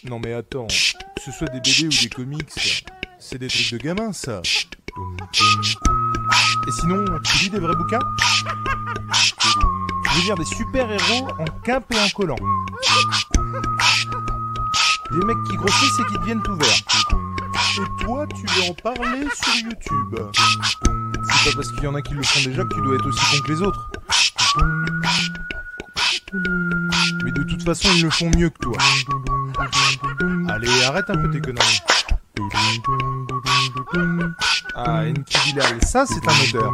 Non mais attends, que ce soit des BD ou des comics, c'est des trucs de gamins ça. Et sinon, tu lis des vrais bouquins? Je veux dire des super-héros en quimpe et en collant. Des mecs qui grossissent et qui deviennent tout verts. Et toi, tu veux en parler sur YouTube. C'est pas parce qu'il y en a qui le font déjà que tu dois être aussi con que les autres. Mais de toute façon, ils le font mieux que toi. Allez, arrête un peu tes conneries. Ah, Enki Bilal, ça c'est un auteur.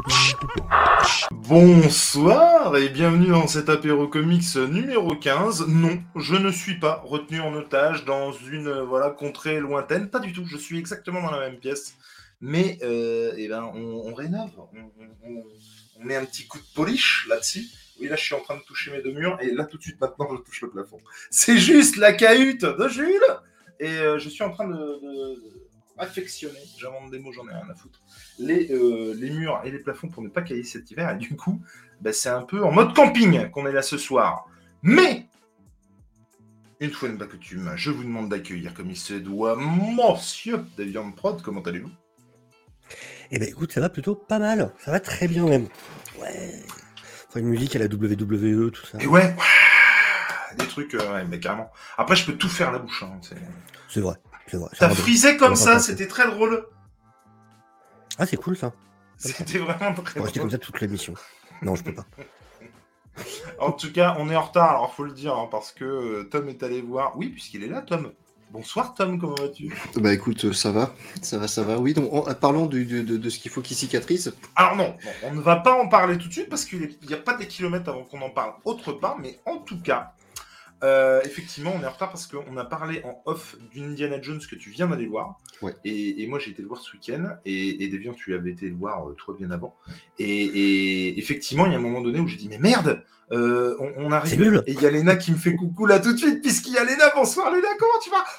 Bonsoir et bienvenue dans cet apéro comics numéro 15. Non, je ne suis pas retenu en otage dans une contrée lointaine. Pas du tout, je suis exactement dans la même pièce. Mais on rénove, on met un petit coup de polish là-dessus. Oui, là je suis en train de toucher mes deux murs et là tout de suite maintenant je touche le plafond. C'est juste la cahute de Jules. Et je suis en train de affectionner, j'invente des mots, j'en ai rien à foutre, les murs et les plafonds pour ne pas cailler cet hiver. Et du coup, c'est un peu en mode camping qu'on est là ce soir. Mais, une fois n'est pas coutume, je vous demande d'accueillir comme il se doit Monsieur Davian Prod. Comment allez-vous? Eh ben écoute, ça va plutôt pas mal, ça va très bien même. Ouais, faut une musique à la WWE, tout ça. Et ouais, des trucs, mais carrément. Après, je peux tout faire à la bouche. Hein, c'est vrai. T'as frisé comme ça, c'était très drôle. Ah, c'est cool ça. C'était vraiment très drôle. Rester comme ça toute l'émission. Non, je peux pas. En tout cas, on est en retard, alors faut le dire, hein, parce que Tom est allé voir. Oui, puisqu'il est là, Tom. Bonsoir, Tom, comment vas-tu? Bah écoute, ça va. Oui, donc parlons de ce qu'il faut qui cicatrise. Alors non, on ne va pas en parler tout de suite, parce qu'il n'y a pas des kilomètres avant qu'on en parle autre part, mais en tout cas... effectivement, on est en retard parce qu'on a parlé en off d'Indiana Jones que tu viens d'aller voir. Ouais. Et moi, j'ai été le voir ce week-end. Et Deviant, tu avais été le voir toi bien avant. Et effectivement, il y a un moment donné où j'ai dit mais merde, on arrive. C'est nul. Et il y a Léna qui me fait coucou là tout de suite, puisqu'il y a Léna. Bonsoir Léna, comment tu vas?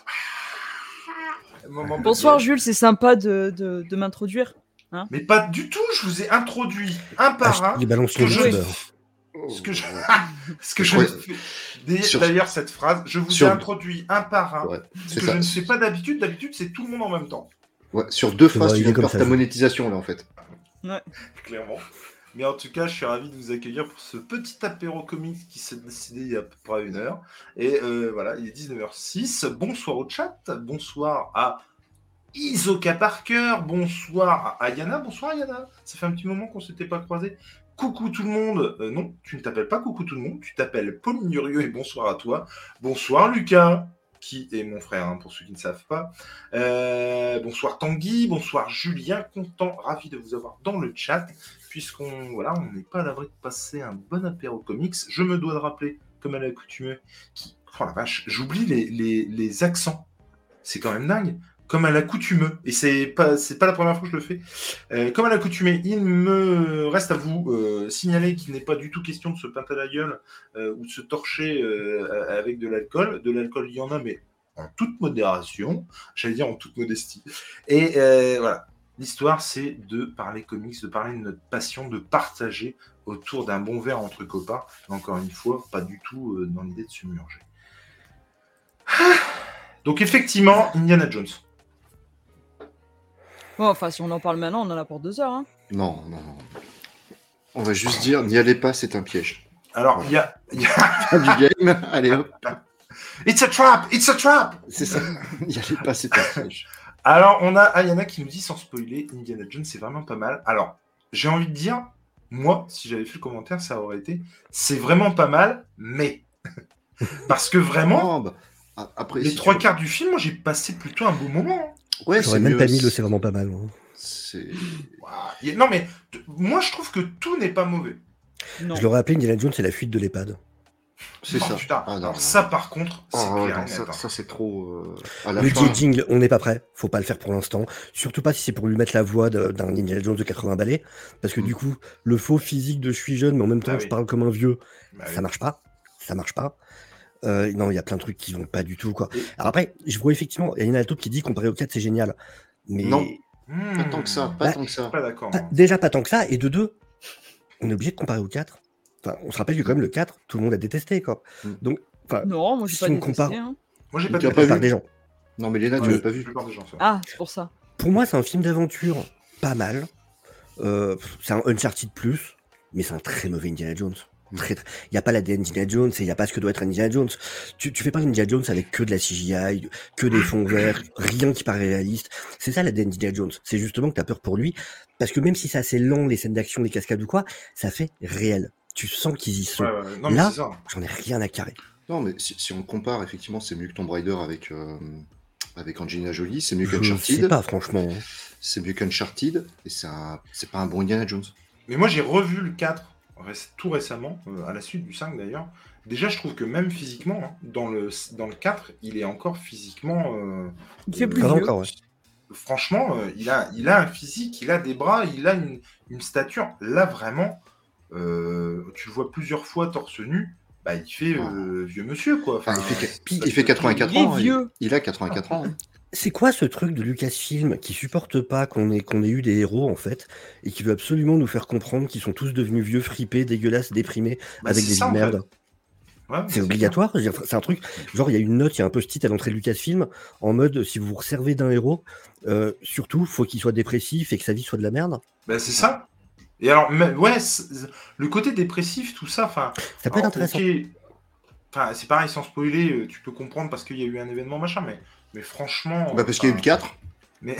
Bonsoir Jules, c'est sympa de m'introduire. Hein, mais pas du tout, je vous ai introduit un par un. Les ballons sont Ce que je d'ailleurs cette phrase, je vous ai introduit un par un, ce que je ne fais pas d'habitude. D'habitude, c'est tout le monde en même temps. Ouais, sur deux phrases, tu viens de perdre ta monétisation là en fait. Ouais. Clairement. Mais en tout cas, je suis ravi de vous accueillir pour ce petit apéro comics qui s'est décidé il y a à peu près une heure. Et voilà, il est 19h06. Bonsoir au chat, bonsoir à Isoka Parker, bonsoir à Ayana. Bonsoir Ayana, ça fait un petit moment qu'on ne s'était pas croisés. Coucou tout le monde. Non, tu ne t'appelles pas coucou tout le monde, tu t'appelles Pauline Durieux et bonsoir à toi. Bonsoir Lucas, qui est mon frère, hein, pour ceux qui ne savent pas. Bonsoir Tanguy, bonsoir Julien, ravi de vous avoir dans le chat, puisqu'on n'est pas à l'abri de passer un bon apéro comics. Je me dois de rappeler, comme à l'accoutumée, oh la vache, j'oublie les accents. C'est quand même dingue. Comme à l'accoutumeux, et c'est pas la première fois que je le fais, comme à l'accoutumée, il me reste à vous signaler qu'il n'est pas du tout question de se pinter la gueule ou de se torcher avec de l'alcool. De l'alcool, il y en a, mais en toute modération, j'allais dire en toute modestie. Et voilà, l'histoire, c'est de parler comics, de parler de notre passion, de partager autour d'un bon verre entre copains. Et encore une fois, pas du tout dans l'idée de se murger. Donc effectivement, Indiana Jones. Bon, enfin, si on en parle maintenant, on en a pour 2 heures. Hein. Non. On va juste dire, n'y allez pas, c'est un piège. Alors, il y a... du game, allez hop. It's a trap. C'est ça, n'y allez pas, c'est un piège. Alors, on a Ayana qui nous dit, sans spoiler, Indiana Jones, c'est vraiment pas mal. Alors, j'ai envie de dire, moi, si j'avais fait le commentaire, ça aurait été, c'est vraiment pas mal, mais... Parce que vraiment, après, les 3/4 du film, moi, j'ai passé plutôt un beau moment. Ouais, j'aurais même pas mis le c'est vraiment pas mal. Non, mais moi, je trouve que tout n'est pas mauvais. Non. Je l'aurais appelé Indiana Jones, c'est la fuite de l'EHPAD. C'est ça. Putain. Non. Alors ça, par contre, c'est clair. Ça, c'est trop... le jingle, on n'est pas prêt. Faut pas le faire pour l'instant. Surtout pas si c'est pour lui mettre la voix d'un Indiana Jones de 80 balais. Parce que du coup, le faux physique de je suis jeune, mais en même temps, je parle comme un vieux, ça marche pas. Non, il y a plein de trucs qui vont pas du tout, quoi. Alors après, je vois effectivement, il y a une taupe qui dit comparé au 4, c'est génial. Mais... Non, pas tant que ça. Pas d'accord. Déjà pas tant que ça, et de 2, on est obligé de comparer au 4. Enfin, on se rappelle que quand même le 4, tout le monde a détesté, quoi. Donc, non, moi j'ai si pas on détesté. compare... Hein. Moi, j'ai pas Tu as vu. pas La plupart vu des gens. Non, mais Léna, tu Mais- l'as pas La vu. plupart des gens, ça. Ah, c'est pour ça. Pour moi, c'est un film d'aventure pas mal. C'est un Uncharted plus, mais c'est un très mauvais Indiana Jones. Il n'y a pas l'ADN d'Indiana Jones et il n'y a pas ce que doit être un Indiana Jones. Tu fais pas Indiana Jones avec que de la CGI, que des fonds verts, rien qui paraît réaliste. C'est ça l'ADN d'Indiana Jones. C'est justement que tu as peur pour lui, parce que même si c'est assez lent, les scènes d'action, les cascades ou quoi, ça fait réel. Tu sens qu'ils y sont. Ouais. Non, mais Là, c'est ça. j'en ai rien à carrer. Non, mais si on compare, effectivement, c'est mieux que Tomb Raider avec Angelina Jolie, c'est mieux Je sais qu'Uncharted. pas, franchement. C'est mieux qu'Uncharted, et c'est pas un bon Indiana Jones. Mais moi, j'ai revu le 4 tout récemment, à la suite du 5 d'ailleurs. Déjà, je trouve que même physiquement, hein, dans le 4, il est encore physiquement. Il fait plus Pas vieux. encore, ouais. Franchement, il a un physique, il a des bras, il a une stature. Là, vraiment, tu le vois plusieurs fois torse nu. Bah, il fait vieux monsieur, quoi. Enfin, Il fait 84 Il est ans. vieux. Il a 84 ans. hein. C'est quoi ce truc de Lucasfilm qui supporte pas qu'on ait eu des héros en fait et qui veut absolument nous faire comprendre qu'ils sont tous devenus vieux, fripés, dégueulasses, déprimés bah, avec c'est des ça, vies de en fait. merde. Ouais, C'est obligatoire. Je veux dire, c'est un truc. Genre, il y a une note, il y a un post-it à l'entrée de Lucasfilm en mode si vous vous servez d'un héros, surtout, faut qu'il soit dépressif et que sa vie soit de la merde. Bah, c'est ça. Et alors, ouais, le côté dépressif, tout ça, enfin. Ça peut être alors, intéressant. ok, enfin, c'est pareil, sans spoiler, tu peux comprendre parce qu'il y a eu un événement machin, mais franchement. Bah, parce qu'il y a eu le 4. Mais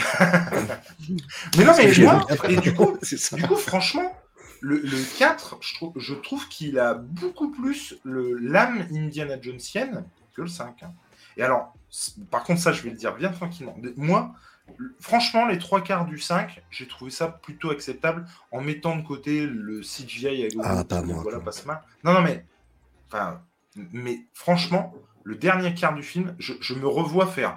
non, mais qu'il y a moi, eu le 4. et du coup, C'est ça. franchement, le 4, je trouve qu'il a beaucoup plus l'âme Indiana Jonesienne que le 5. Hein. Et alors, par contre, ça, je vais le dire bien tranquillement. Moi, franchement, les 3/4 du 5, j'ai trouvé ça plutôt acceptable en mettant de côté le CGI à gauche. Ah, pas moi, Voilà, quoi. passe mal. Non, mais franchement, le dernier quart du film, je me revois faire.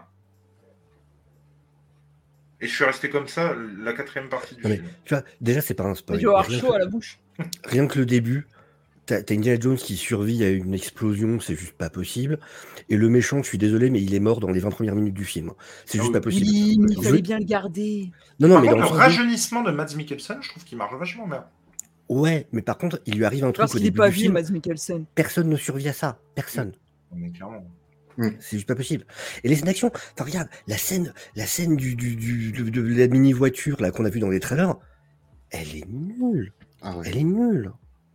Et je suis resté comme ça la 4e partie du Non, mais film. tu vois, déjà, c'est pas un Mais spoil. tu vas avoir Rien chaud que- à la bouche. Rien que le début, t'as Indiana Jones qui survit à une explosion, c'est juste pas possible. Et le méchant, je suis désolé, mais il est mort dans les 20 premières minutes du film. C'est Ah juste oui. pas possible. Oui, mais il Je fallait veux- bien le garder. Non, non, Par mais contre, dans le le sens rajeunissement de Mads Mikkelsen, je trouve qu'il marche vachement bien. Ouais, mais par contre, il lui arrive un truc Parce au qu'il est début pas du vieux, film. Mads Mikkelsen. Personne ne survit à ça. Personne. Mais clairement. C'est juste pas possible. Et les scènes d'action, enfin regarde, la scène de la mini voiture là qu'on a vu dans les trailers, elle est nulle. Ah ouais. Elle est nulle.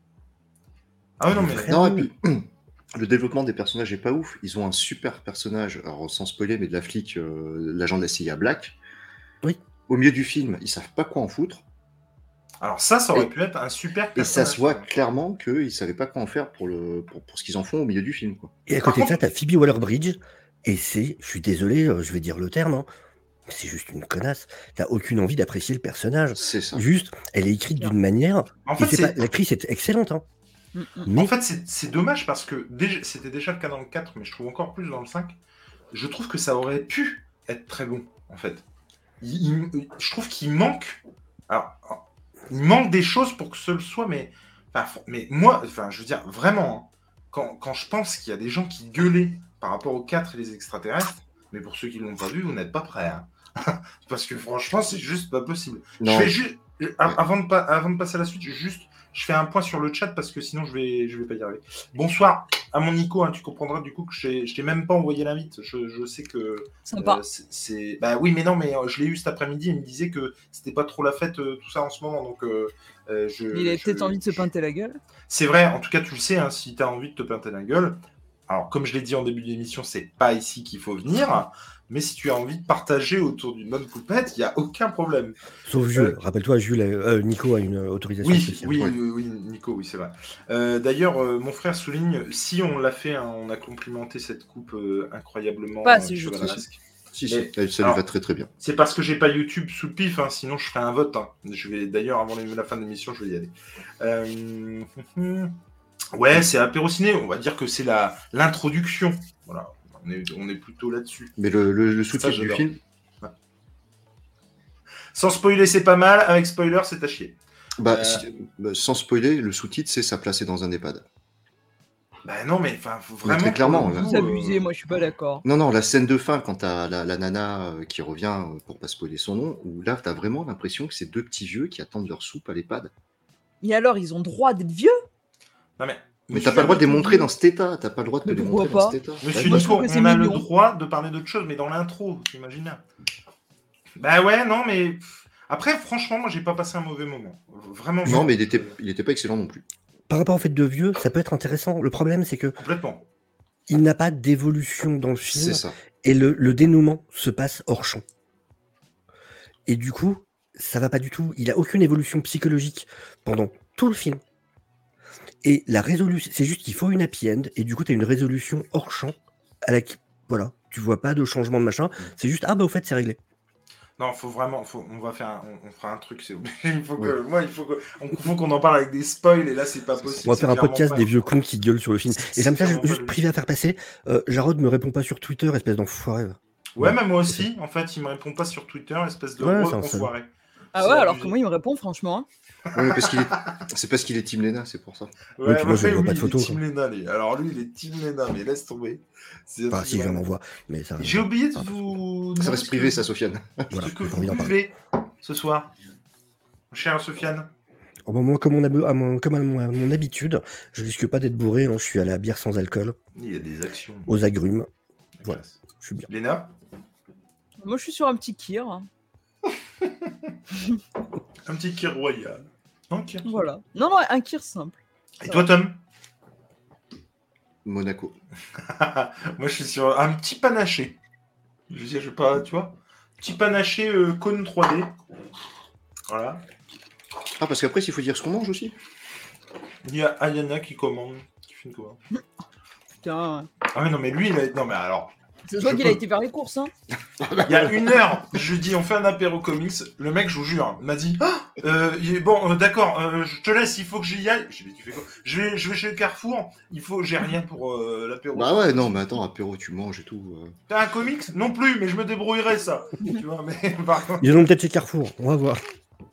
Ah ouais, non, mais. Vraiment. Non, et puis, le développement des personnages est pas ouf. Ils ont un super personnage, alors sans spoiler, mais de la flic, l'agent de la CIA Black. Oui. Au milieu du film, ils savent pas quoi en foutre. Alors ça aurait pu être un super Et ça personnage. se voit clairement qu'ils savaient pas quoi en faire pour ce qu'ils en font au milieu du film. Quoi. Et à Par côté de ça, contre- t'as Phoebe Waller-Bridge, et je suis désolé, je vais dire le terme, hein, mais c'est juste une connasse. T'as aucune envie d'apprécier le personnage. C'est ça. Juste, elle est écrite d'une manière. En et fait, c'est pas- l'actrice est excellente, hein. Mais En fait, c'est dommage parce que c'était déjà le cas dans le 4, mais je trouve encore plus dans le 5. Je trouve que ça aurait pu être très bon, en fait. Je trouve qu'il manque. Alors, il manque des choses pour que ce le soit, mais moi, je veux dire, vraiment, hein, quand je pense qu'il y a des gens qui gueulaient par rapport aux 4 et les extraterrestres, mais pour ceux qui ne l'ont pas vu, vous n'êtes pas prêts. Hein. Parce que franchement, c'est juste pas possible. Non. Je fais juste. Avant de passer à la suite, je fais un point sur le chat parce que sinon je vais pas y arriver. Bonsoir à mon Nico, hein, tu comprendras du coup que je t'ai même pas envoyé l'invite. Je sais que Sympa. bah oui, mais non, mais je l'ai eu cet après-midi. Il me disait que c'était pas trop la fête tout ça en ce moment, donc Il a peut-être envie de se pinter la gueule. C'est vrai. En tout cas, tu le sais, hein, si tu as envie de te pinter la gueule. Alors, comme je l'ai dit en début d'émission, c'est pas ici qu'il faut venir. Mais si tu as envie de partager autour d'une bonne coupette, il n'y a aucun problème. sauf Jules. Rappelle-toi, Nico a une autorisation Oui, spéciale. oui, Nico, oui, c'est vrai. D'ailleurs, mon frère souligne, si on l'a fait, hein, on a complimenté cette coupe incroyablement Pas assez, je chevaleresque. Si, Mais- ça alors- lui va très très bien. C'est parce que j'ai pas YouTube sous le pif, hein, sinon je ferai un vote. Hein. Je vais d'ailleurs avant la fin de l'émission, je vais y aller. Ouais, c'est apérociné. On va dire que c'est l'introduction. Voilà, on est plutôt là-dessus. Mais le Ça, sous-titre du j'adore. film, Sans spoiler, c'est pas mal. Avec spoiler, c'est à chier. sans spoiler, le sous-titre, c'est ça placé dans un EHPAD. Bah non, mais enfin, faut Mais vraiment. très clairement, pour le là. coup, Vous abusez, moi je suis pas d'accord. Non, la scène de fin, quand t'as la nana qui revient, pour pas spoiler son nom, où là, t'as vraiment l'impression que c'est deux petits vieux qui attendent leur soupe à l'EHPAD. Et alors, ils ont droit d'être vieux? Non Mais t'as pas le droit de les montrer dans cet état. T'as pas le droit de Mais te les pourquoi montrer dans pas cet état. Monsieur moi, je Nico, trouve que c'est on a le mignon. droit de parler d'autre chose, mais dans l'intro, t'imagines bien. Bah ouais, non, mais après, franchement, moi, j'ai pas passé un mauvais moment. Vraiment. Non, mais il était pas excellent non plus. Par rapport au fait de vieux, ça peut être intéressant. Le problème, c'est que Complètement. il n'a pas d'évolution dans le film C'est ça. et le dénouement se passe hors champ. Et du coup, ça va pas du tout. Il a aucune évolution psychologique pendant tout le film. Et la résolution, c'est juste qu'il faut une happy end et du coup, tu as une résolution hors champ à la voilà, tu vois pas de changement de machin. C'est juste au fait, c'est réglé. Non, faut vraiment, on va faire, on fera un truc, c'est obligé. Il faut qu'on en parle avec des spoils et là, c'est pas possible. On va faire un c'est clairement podcast pas. des vieux cons qui gueulent sur le film. Et comme ça, clairement juste pas privé à faire passer, Jarod me répond pas sur Twitter, espèce d'enfoiré. Ouais, mais moi aussi, en fait, il me répond pas sur Twitter, espèce de Ouais, c'est un enfoiré. Ah ouais, alors que moi, il me répond, franchement. Hein. Ouais, mais c'est parce qu'il est Team Lena, c'est pour ça. Oui, puis moi, je vois pas de il photos, est Team Lena, lui. Alors lui, il est Team Lena, mais laisse tomber. Enfin, si j'en envoie, mais ça. J'ai oublié de vous. Ça reste privé, ça, Sofiane. Voilà, Ce que j'ai envie vous d'en parler. buvez ce soir, cher Sofiane. Au moment comme à mon habitude, je risque pas d'être bourré, hein, je suis à la bière sans alcool, Il y a des actions. aux agrumes. Voilà, je suis bien. Léna, Moi, je suis sur un petit kir. Hein. un petit kir royal. Ok. Voilà. Non, un kir simple. Et toi, Tom? Monaco. Moi, je suis sur un petit panaché. Je sais pas, tu vois. Petit panaché cône 3D. Voilà. Ah, parce qu'après, il faut dire ce qu'on mange aussi. Il y a Ayana qui commande. Qui fait une commande. Putain. Ah, mais non, mais lui, il a. Non, mais alors. C'est toi qu'il a été faire les courses. Hein. Il y a 1 heure, je dis on fait un apéro comics. Le mec, je vous jure, m'a dit bon, d'accord, je te laisse, il faut que j'y aille. Je dis, tu fais quoi? Je vais chez le Carrefour. J'ai rien pour l'apéro. Bah ouais, non, mais attends, apéro, tu manges et tout. T'as un comics? Non plus, mais je me débrouillerai ça. Tu vois, mais par contre. Ils ont peut-être chez Carrefour, on va voir.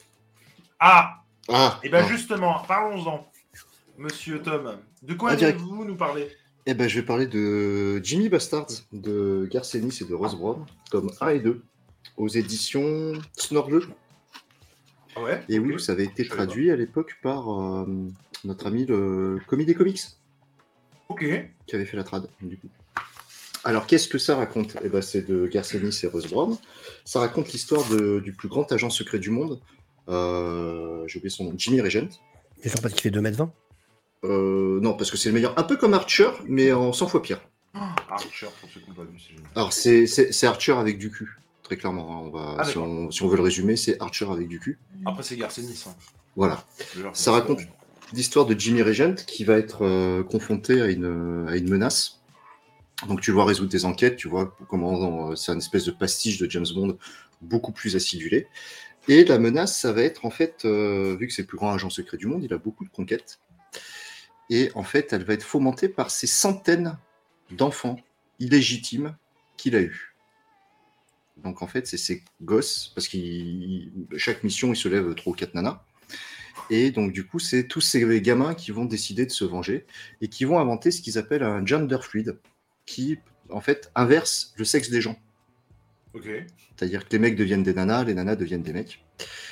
Ah, Ah, et ben ah. justement, parlons-en, Monsieur Tom. De quoi direct. allez-vous nous parler? Eh ben, je vais parler de Jimmy Bastards, de Garcenis et de Rose Brown, tome 1 et 2, aux éditions Snorle. Ah ouais. Et oui, ok. ça avait été Je savais traduit à l'époque par notre ami le Comi des Comics, Ok. qui avait fait la trad, du coup. Alors, qu'est-ce que ça raconte? Eh ben, c'est de Garcenis et Rose Brown. Ça raconte l'histoire du plus grand agent secret du monde. J'ai oublié son nom, Jimmy Regent. C'est genre parce qu'il fait 2,20 m. Non, parce que c'est le meilleur, un peu comme Archer, mais en 100 fois pire. Archer, pour ceux qui n'ont pas vu, c'est génial. Alors, c'est Archer avec du cul, très clairement. Hein. Ah, si, d'accord. on veut le résumer, c'est Archer avec du cul. Après, c'est Garcenis. Hein. Voilà. D'ailleurs, Ça raconte l'histoire de Jimmy Regent qui va être confronté à une menace. Donc, tu vois résoudre des enquêtes, tu vois comment c'est une espèce de pastiche de James Bond beaucoup plus acidulé. Et la menace, ça va être en fait, vu que c'est le plus grand agent secret du monde, il a beaucoup de conquêtes. Et en fait, elle va être fomentée par ces centaines d'enfants illégitimes qu'il a eus. Donc en fait, c'est ces gosses, parce que chaque mission, il se lève 3 ou 4 nanas. Et donc du coup, c'est tous ces gamins qui vont décider de se venger et qui vont inventer ce qu'ils appellent un gender fluid, qui en fait inverse le sexe des gens. Ok. C'est-à-dire que les mecs deviennent des nanas, les nanas deviennent des mecs.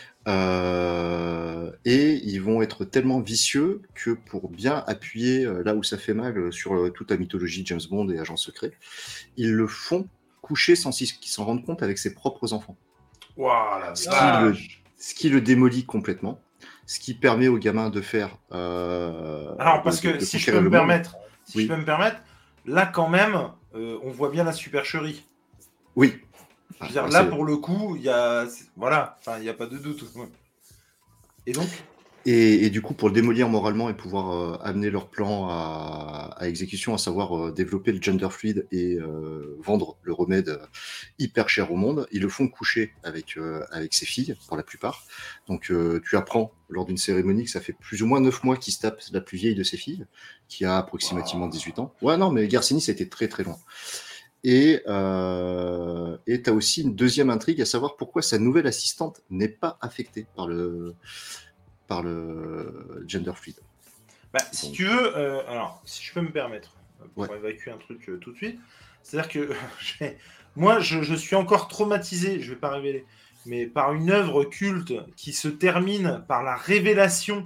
Et ils vont être tellement vicieux que pour bien appuyer là où ça fait mal sur toute la mythologie de James Bond et agents secrets, ils le font coucher sans qu'ils s'en rendent compte avec ses propres enfants. Voilà. Ce qui le démolit complètement, ce qui permet aux gamins de faire... Alors, parce que si je peux me permettre, là quand même, on voit bien la supercherie. Oui. Je veux dire, là, pour le coup, il y a... Voilà, enfin, il n'y a pas de doute. Et donc et du coup, pour le démolir moralement et pouvoir amener leur plan à exécution, à savoir développer le gender fluid et vendre le remède hyper cher au monde, ils le font coucher avec ses filles, pour la plupart. Donc, tu apprends lors d'une cérémonie que ça fait plus ou moins 9 mois qu'il se tape la plus vieille de ses filles, qui a approximativement 18 ans. Ouais, non, mais Garcinis, ça a été très très loin. Et tu as aussi une deuxième intrigue, à savoir pourquoi sa nouvelle assistante n'est pas affectée par le gender fluid. Bah, si tu veux, alors, si je peux me permettre, pour Ouais. évacuer un truc tout de suite, c'est-à-dire que moi, je suis encore traumatisé, je vais pas révéler, mais par une œuvre culte qui se termine par la révélation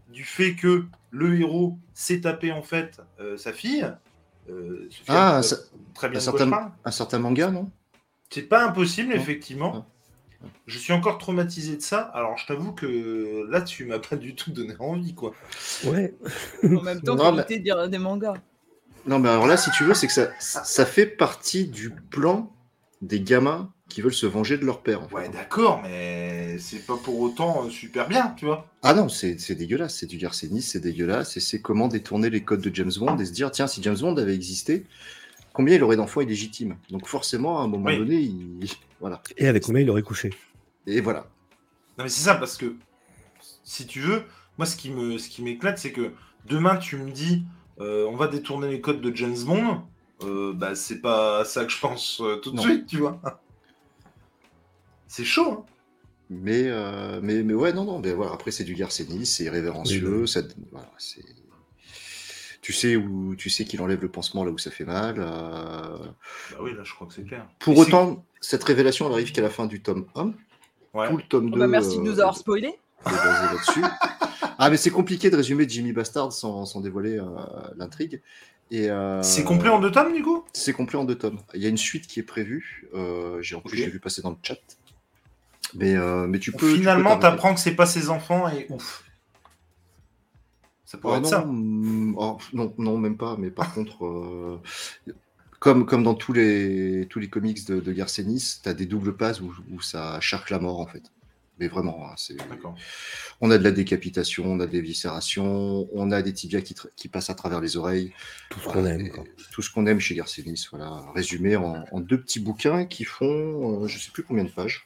du fait que le héros s'est tapé en fait sa fille. Sophia, Ah, tu vois très bien un de quoi je parle. certain manga, non? C'est pas impossible, Non. effectivement. Je suis encore traumatisé de ça. Alors, je t'avoue que là, tu m'as pas du tout donné envie, quoi. Ouais. En même temps, Non, éviter de dire des mangas. Non, mais alors là, si tu veux, c'est que ça fait partie du plan des gamins qui veulent se venger de leur père. En fait. Ouais, d'accord, mais c'est pas pour autant super bien, tu vois. Ah non, c'est dégueulasse, c'est du Garcenis, c'est dégueulasse, et c'est comment détourner les codes de James Bond et se dire, tiens, si James Bond avait existé, combien il aurait d'enfants illégitimes? Donc forcément, à un moment donné, voilà. Et avec combien il aurait couché? Et voilà. Non, mais c'est ça, parce que, si tu veux, moi, ce qui m'éclate, c'est que demain, tu me dis, on va détourner les codes de James Bond, bah, c'est pas ça que je pense tout de Non. suite, tu vois. C'est chaud, hein. Mais ouais, non, mais voilà, après c'est du Garcenis, c'est irrévérencieux, Oui. Voilà, c'est... Tu sais qu'il enlève le pansement là où ça fait mal. Bah oui, là, je crois que c'est clair. Pour Mais autant, cette révélation elle arrive qu'à la fin du tome 1. Ouais. Tout le tome 2 Bah, merci de nous avoir spoilé. est basé là-dessus. Ah, mais c'est compliqué de résumer Jimmy Bastard sans dévoiler l'intrigue. Et, C'est complet en 2 tomes, du coup? c'est complet en 2 tomes. Il y a une suite qui est prévue. En plus, Ok. j'ai vu passer dans le chat. Mais tu peux. Finalement, tu peux t'apprends que c'est pas ses enfants et ouf. Ça pourrait être ça. Non, même pas. Mais par contre, comme dans tous les comics de Garcenis, tu as des doubles passes où ça charque la mort en fait. Mais vraiment, hein, D'accord. on a de la décapitation, on a des viscérations, on a des tibias qui passent à travers les oreilles. Tout ce qu'on aime. Et Quoi. tout ce qu'on aime chez Garcenis, voilà, résumé en 2 petits bouquins qui font, je sais plus combien de pages.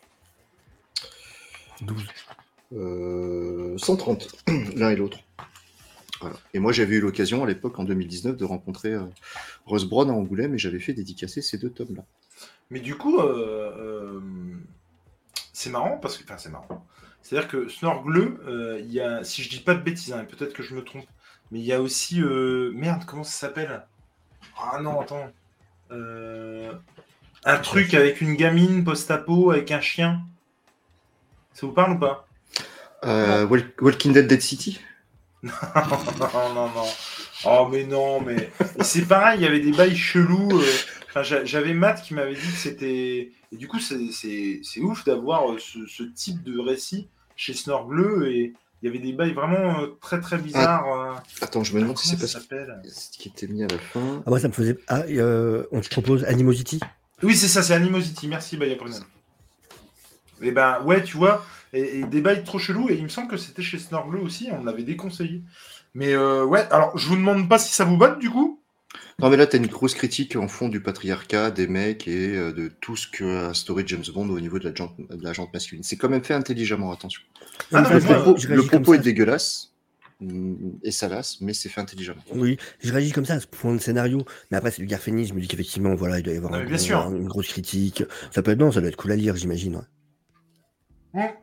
12. 130, l'un et l'autre. Voilà. Et moi, j'avais eu l'occasion à l'époque, en 2019, de rencontrer Russ Brown à Angoulême et j'avais fait dédicacer ces 2 tomes-là. Mais du coup, c'est marrant parce que. Enfin, c'est marrant. C'est-à-dire que Snorgleu, il y a. Si je dis pas de bêtises, hein, peut-être que je me trompe, mais il y a aussi. Merde, comment ça s'appelle? Ah non, attends. Un truc avec une gamine post-apo avec un chien. Ça vous parle ou pas? Walking Dead Dead City. Non. Oh, mais non, mais. Et c'est pareil, il y avait des bails chelous. Enfin, j'avais Matt qui m'avait dit que c'était. Et du coup, c'est ouf d'avoir ce type de récit chez Snorgleu. Et il y avait des bails vraiment très très bizarres. Attends, je me demande si c'est Comment pas ça s'appelle? ce qui était mis à la fin. Ah, moi, ça me faisait. Ah, on te propose Animosity. Oui, c'est ça, c'est Animosity. Merci, Baya Prunel. Et ben, ouais, tu vois, et des bails trop chelous. Et il me semble que c'était chez Snorgleu aussi. On l'avait déconseillé. Mais ouais, alors je vous demande pas si ça vous botte du coup. Non, mais là, tu as une grosse critique en fond du patriarcat, des mecs et de tout ce qu'a instauré James Bond au niveau de la jante masculine. C'est quand même fait intelligemment, attention. Ah non, mais moi, je Le réagis comme propos est ça. dégueulasse et salace, mais c'est fait intelligemment. Oui, je réagis comme ça à ce point de scénario. Mais après, c'est du Garcenis. Je me dis qu'effectivement, voilà, il doit y avoir Non, mais bien sûr. une grosse critique. Ça peut être non, ça doit être cool à lire, j'imagine. Ouais.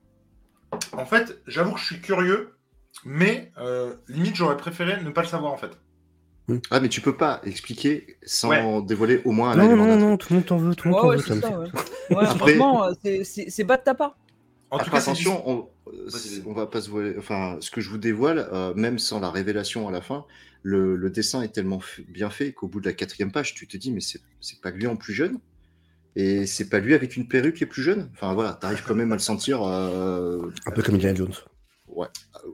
En fait, j'avoue que je suis curieux, mais limite j'aurais préféré ne pas le savoir en fait. Ah, mais tu peux pas expliquer sans Ouais. dévoiler au moins un Non, élément non, d'intrigue. non, tout le monde t'en veut, tout le monde Ouais, t'en ouais, veut, c'est Tom. ça, ouais. Ouais, Après- franchement, c'est pas de ta part. En tout Après, cas, c'est attention, Vas-y. on va pas se voiler. Enfin, ce que je vous dévoile, même sans la révélation à la fin, le dessin est tellement bien fait qu'au bout de la 4e page, tu te dis, mais c'est pas lui en plus jeune. Et c'est pas lui avec une perruque qui est plus jeune. Enfin voilà, t'arrives quand même à le sentir. Un peu comme Indiana Jones. Ouais.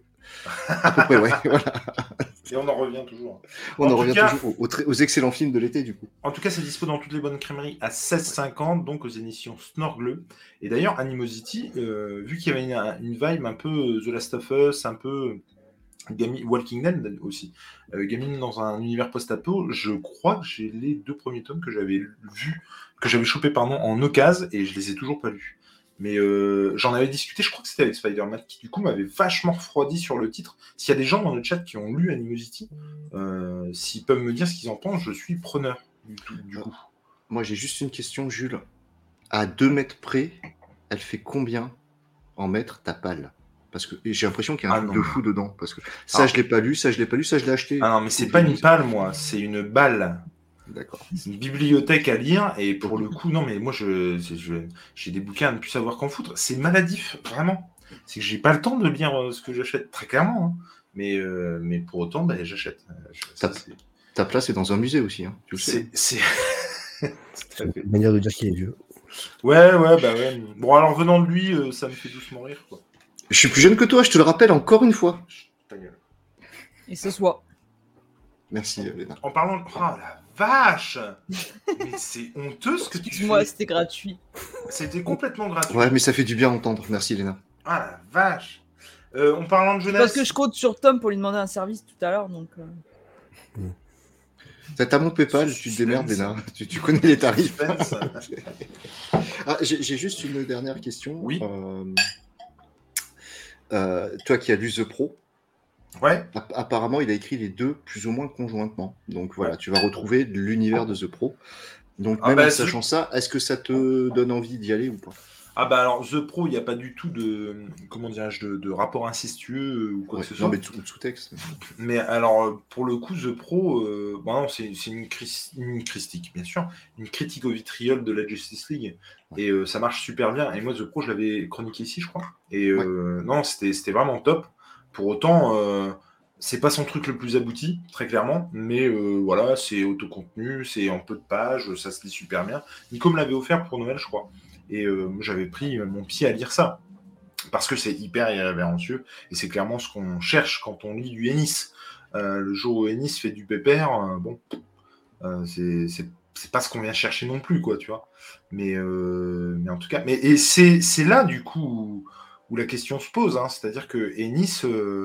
À peu près, ouais. Voilà. Et on en revient toujours. On En en tout revient cas- toujours aux excellents films de l'été, du coup. En tout cas, c'est dispo dans toutes les bonnes crèmeries à 16,50, donc aux éditions Snorgleu. Et d'ailleurs, Animosity, vu qu'il y avait une vibe un peu The Last of Us, un peu Walking Dead aussi, gamine dans un univers post-apo, je crois que j'ai les 2 premiers tomes que j'avais chopé en occasion, et je les ai toujours pas lus. Mais j'en avais discuté, je crois que c'était avec Spider-Man, qui du coup m'avait vachement refroidi sur le titre. S'il y a des gens dans le chat qui ont lu Animosity, s'ils peuvent me dire ce qu'ils en pensent, je suis preneur du coup. Moi, j'ai juste une question, Jules. À 2 mètres près, elle fait combien en mètres ta palle? Parce que et j'ai l'impression qu'il y a un truc non. de fou dedans. Parce que ça, Ah. je l'ai pas lu, ça, je l'ai pas lu, ça, je l'ai acheté. Ah non, mais c'est pas une palle, moi, c'est une balle. D'accord. C'est une bibliothèque à lire, et pour le coup, non, mais moi, j'ai des bouquins à ne plus savoir qu'en foutre. C'est maladif, vraiment. C'est que j'ai pas le temps de lire ce que j'achète, très clairement. Hein. Mais pour autant, bah, j'achète. Ta place est dans un musée aussi, hein, tu le sais. C'est tout à C'est fait. une manière de dire qu'il est vieux. Ouais, bah ouais. Bon, alors venant de lui, ça me fait doucement rire, quoi. Je suis plus jeune que toi, je te le rappelle encore une fois. Ta gueule. Et ce soit. Merci, Léna. En parlant de... Oh la vache. Mais c'est honteux ce que tu Excuse-moi, fais. c'était gratuit. C'était complètement gratuit. Ouais, mais ça fait du bien à entendre. Merci, Léna. Ah la vache. En parlant de jeunesse... Parce que je compte sur Tom pour lui demander un service tout à l'heure, donc. T'as mon PayPal, tu te démerdes, Léna. Tu connais les tarifs. Suspense. Ah, j'ai juste une dernière question. Oui. Toi qui as lu The Pro, Ouais. apparemment, il a écrit les deux plus ou moins conjointement. Donc voilà, tu vas retrouver l'univers de The Pro. Donc même en sachant ça, est-ce que ça te donne envie d'y aller ou pas? Ah bah alors The Pro, il n'y a pas du tout de comment dirais-je de rapport incestueux ou quoi que ce soit. Non mais de sous-texte. Mais alors pour le coup The Pro, bon non, c'est une critique bien sûr, une critique au vitriol de la Justice League et ça marche super bien. Et moi The Pro, je l'avais chroniqué ici, je crois. Et non, c'était vraiment top. Pour autant, c'est pas son truc le plus abouti, très clairement, mais voilà, c'est autocontenu, c'est en peu de pages, ça se lit super bien. Nico me l'avait offert pour Noël, je crois. Et j'avais pris mon pied à lire ça, parce que c'est hyper irrévérencieux, et c'est clairement ce qu'on cherche quand on lit du Ennis. Le jour où Ennis fait du pépère, c'est pas ce qu'on vient chercher non plus, quoi, tu vois. Mais en tout cas, et c'est là, du coup, où la question se pose, hein, c'est-à-dire que Ennis,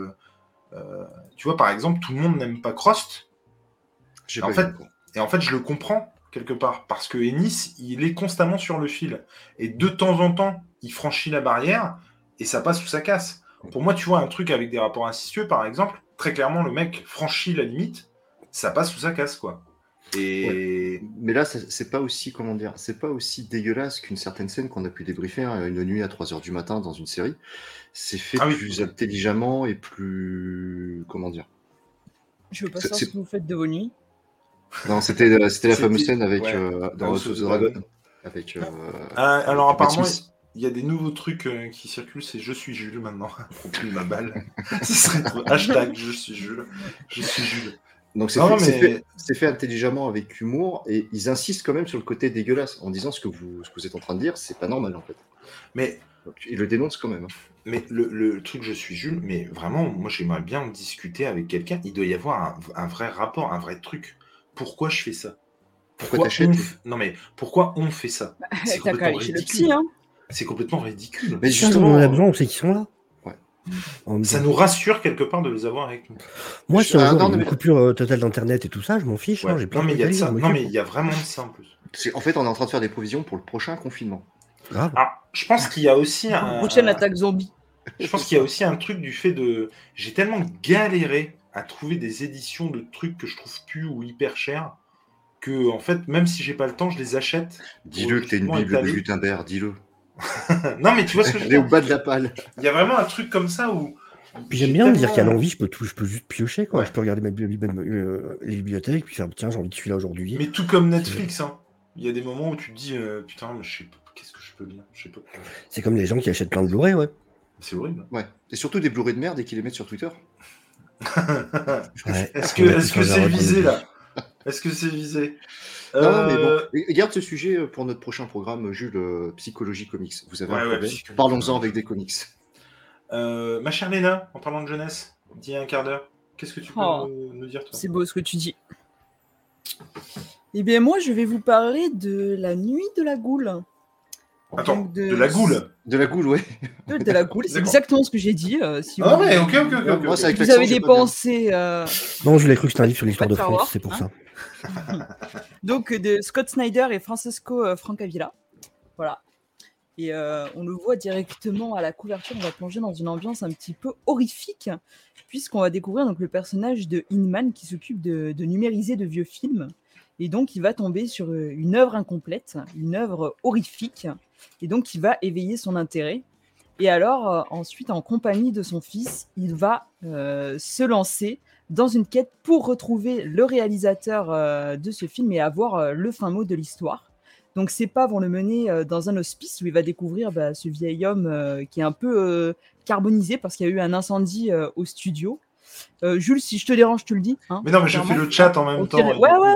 tu vois, par exemple, tout le monde n'aime pas Crost, et en fait, je le comprends, quelque part, parce que Ennis, il est constamment sur le fil. Et de temps en temps, il franchit la barrière et ça passe ou ça casse. Pour moi, tu vois, un truc avec des rapports incestueux, par exemple, très clairement, le mec franchit la limite, ça passe ou ça casse, quoi. Et... Ouais. Mais là, c'est pas aussi, comment dire, c'est pas aussi dégueulasse qu'une certaine scène qu'on a pu débriefer une nuit à 3h du matin dans une série. C'est fait plus intelligemment et plus... Comment dire? Je veux pas savoir ce que vous faites de vos nuits. Non, c'était la fameuse scène avec dans House of the Dragon. Avec, alors apparemment, il y a des nouveaux trucs qui circulent, c'est je suis Jules maintenant. Plus ma balle. Ce serait trop... Hashtag je suis Jules. Je suis Jules. Donc c'est fait intelligemment avec humour et ils insistent quand même sur le côté dégueulasse en disant ce que vous êtes en train de dire, c'est pas normal en fait. Mais donc, ils le dénoncent quand même. Mais le truc je suis Jules, mais vraiment, moi j'aimerais bien discuter avec quelqu'un. Il doit y avoir un vrai rapport, un vrai truc. Pourquoi je fais ça? Pourquoi t'achètes? Non mais pourquoi on fait ça? C'est complètement ridicule. Hein. C'est complètement ridicule. Mais justement, on a besoin, on sait qu'ils sont là. Ouais. Ça nous rassure quelque part de les avoir avec nous. Moi, si on a une coupure totale d'internet et tout ça, je m'en fiche. Ouais. Hein, j'ai non mais il y a de ça. Non mais il y a vraiment de ça en plus. En fait, on est en train de faire des provisions pour le prochain confinement. Grave. Ah, je pense qu'il y a aussi prochaine attaque zombie. Je pense qu'il y a aussi un truc du fait de... J'ai tellement galéré à trouver des éditions de trucs que je trouve plus ou hyper chers que, en fait, même si j'ai pas le temps, je les achète. Dis-le que t'es une bible de Gutenberg, dis-le. Non, mais tu vois ce que je veux dire. Elle est au bas de la palle. Il y a vraiment un truc comme ça où... Puis j'aime bien dire qu'à l'envie, je peux juste piocher, quoi. Ouais. Je peux regarder les bibliothèques, puis faire, tiens, j'ai envie de celui-là aujourd'hui. Mais tout comme Netflix, hein. Il y a des moments où tu te dis, putain, mais je sais pas, qu'est-ce que je peux lire? Je sais pas. C'est comme les gens qui achètent plein de Blu-ray, ouais. C'est horrible. Ouais. Et surtout des Blu-ray de merde et qui les mettent sur Twitter. Ouais. Est-ce que c'est visé là? Est-ce que c'est visé? Non, mais bon, garde ce sujet pour notre prochain programme, Jules, Psychologie Comics. Vous avez un problème? Parlons-en avec des comics. Ma chère Léna, en parlant de jeunesse, dis un quart d'heure. Qu'est-ce que tu peux nous dire, toi? C'est beau ce que tu dis. Eh bien, moi, je vais vous parler de La Nuit de la Goule. Attends, de la goule? De la goule, ouais. De la goule, c'est exactement ce que j'ai dit. Si ah ouais, ok. Vous avez des pensées... Non, je l'ai cru que c'était un livre sur l'histoire de France, c'est pour ça. Donc, de Scott Snyder et Francesco Francavilla. Voilà. Et on le voit directement à la couverture, on va plonger dans une ambiance un petit peu horrifique, puisqu'on va découvrir donc, le personnage de Hinman qui s'occupe de numériser de vieux films. Et donc, il va tomber sur une œuvre incomplète, une œuvre horrifique, et donc il va éveiller son intérêt. Et alors, ensuite, en compagnie de son fils, il va se lancer dans une quête pour retrouver le réalisateur de ce film et avoir le fin mot de l'histoire. Donc, ses pas vont le mener dans un hospice où il va découvrir ce vieil homme qui est un peu carbonisé parce qu'il y a eu un incendie au studio. Jules, si je te dérange, tu le dis. Hein, Mais non, mais je fais le chat en même temps.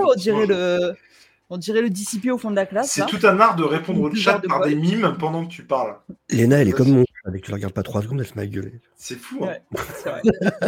On dirait le dissipé au fond de la classe. C'est là. tout un art de répondre au Une chat de par bol. des mimes pendant que tu parles. Léna, elle est Vas-y. comme mon chat. Dès que tu la regardes pas 3 secondes, elle se met à gueuler. C'est fou, hein. Ouais, c'est vrai.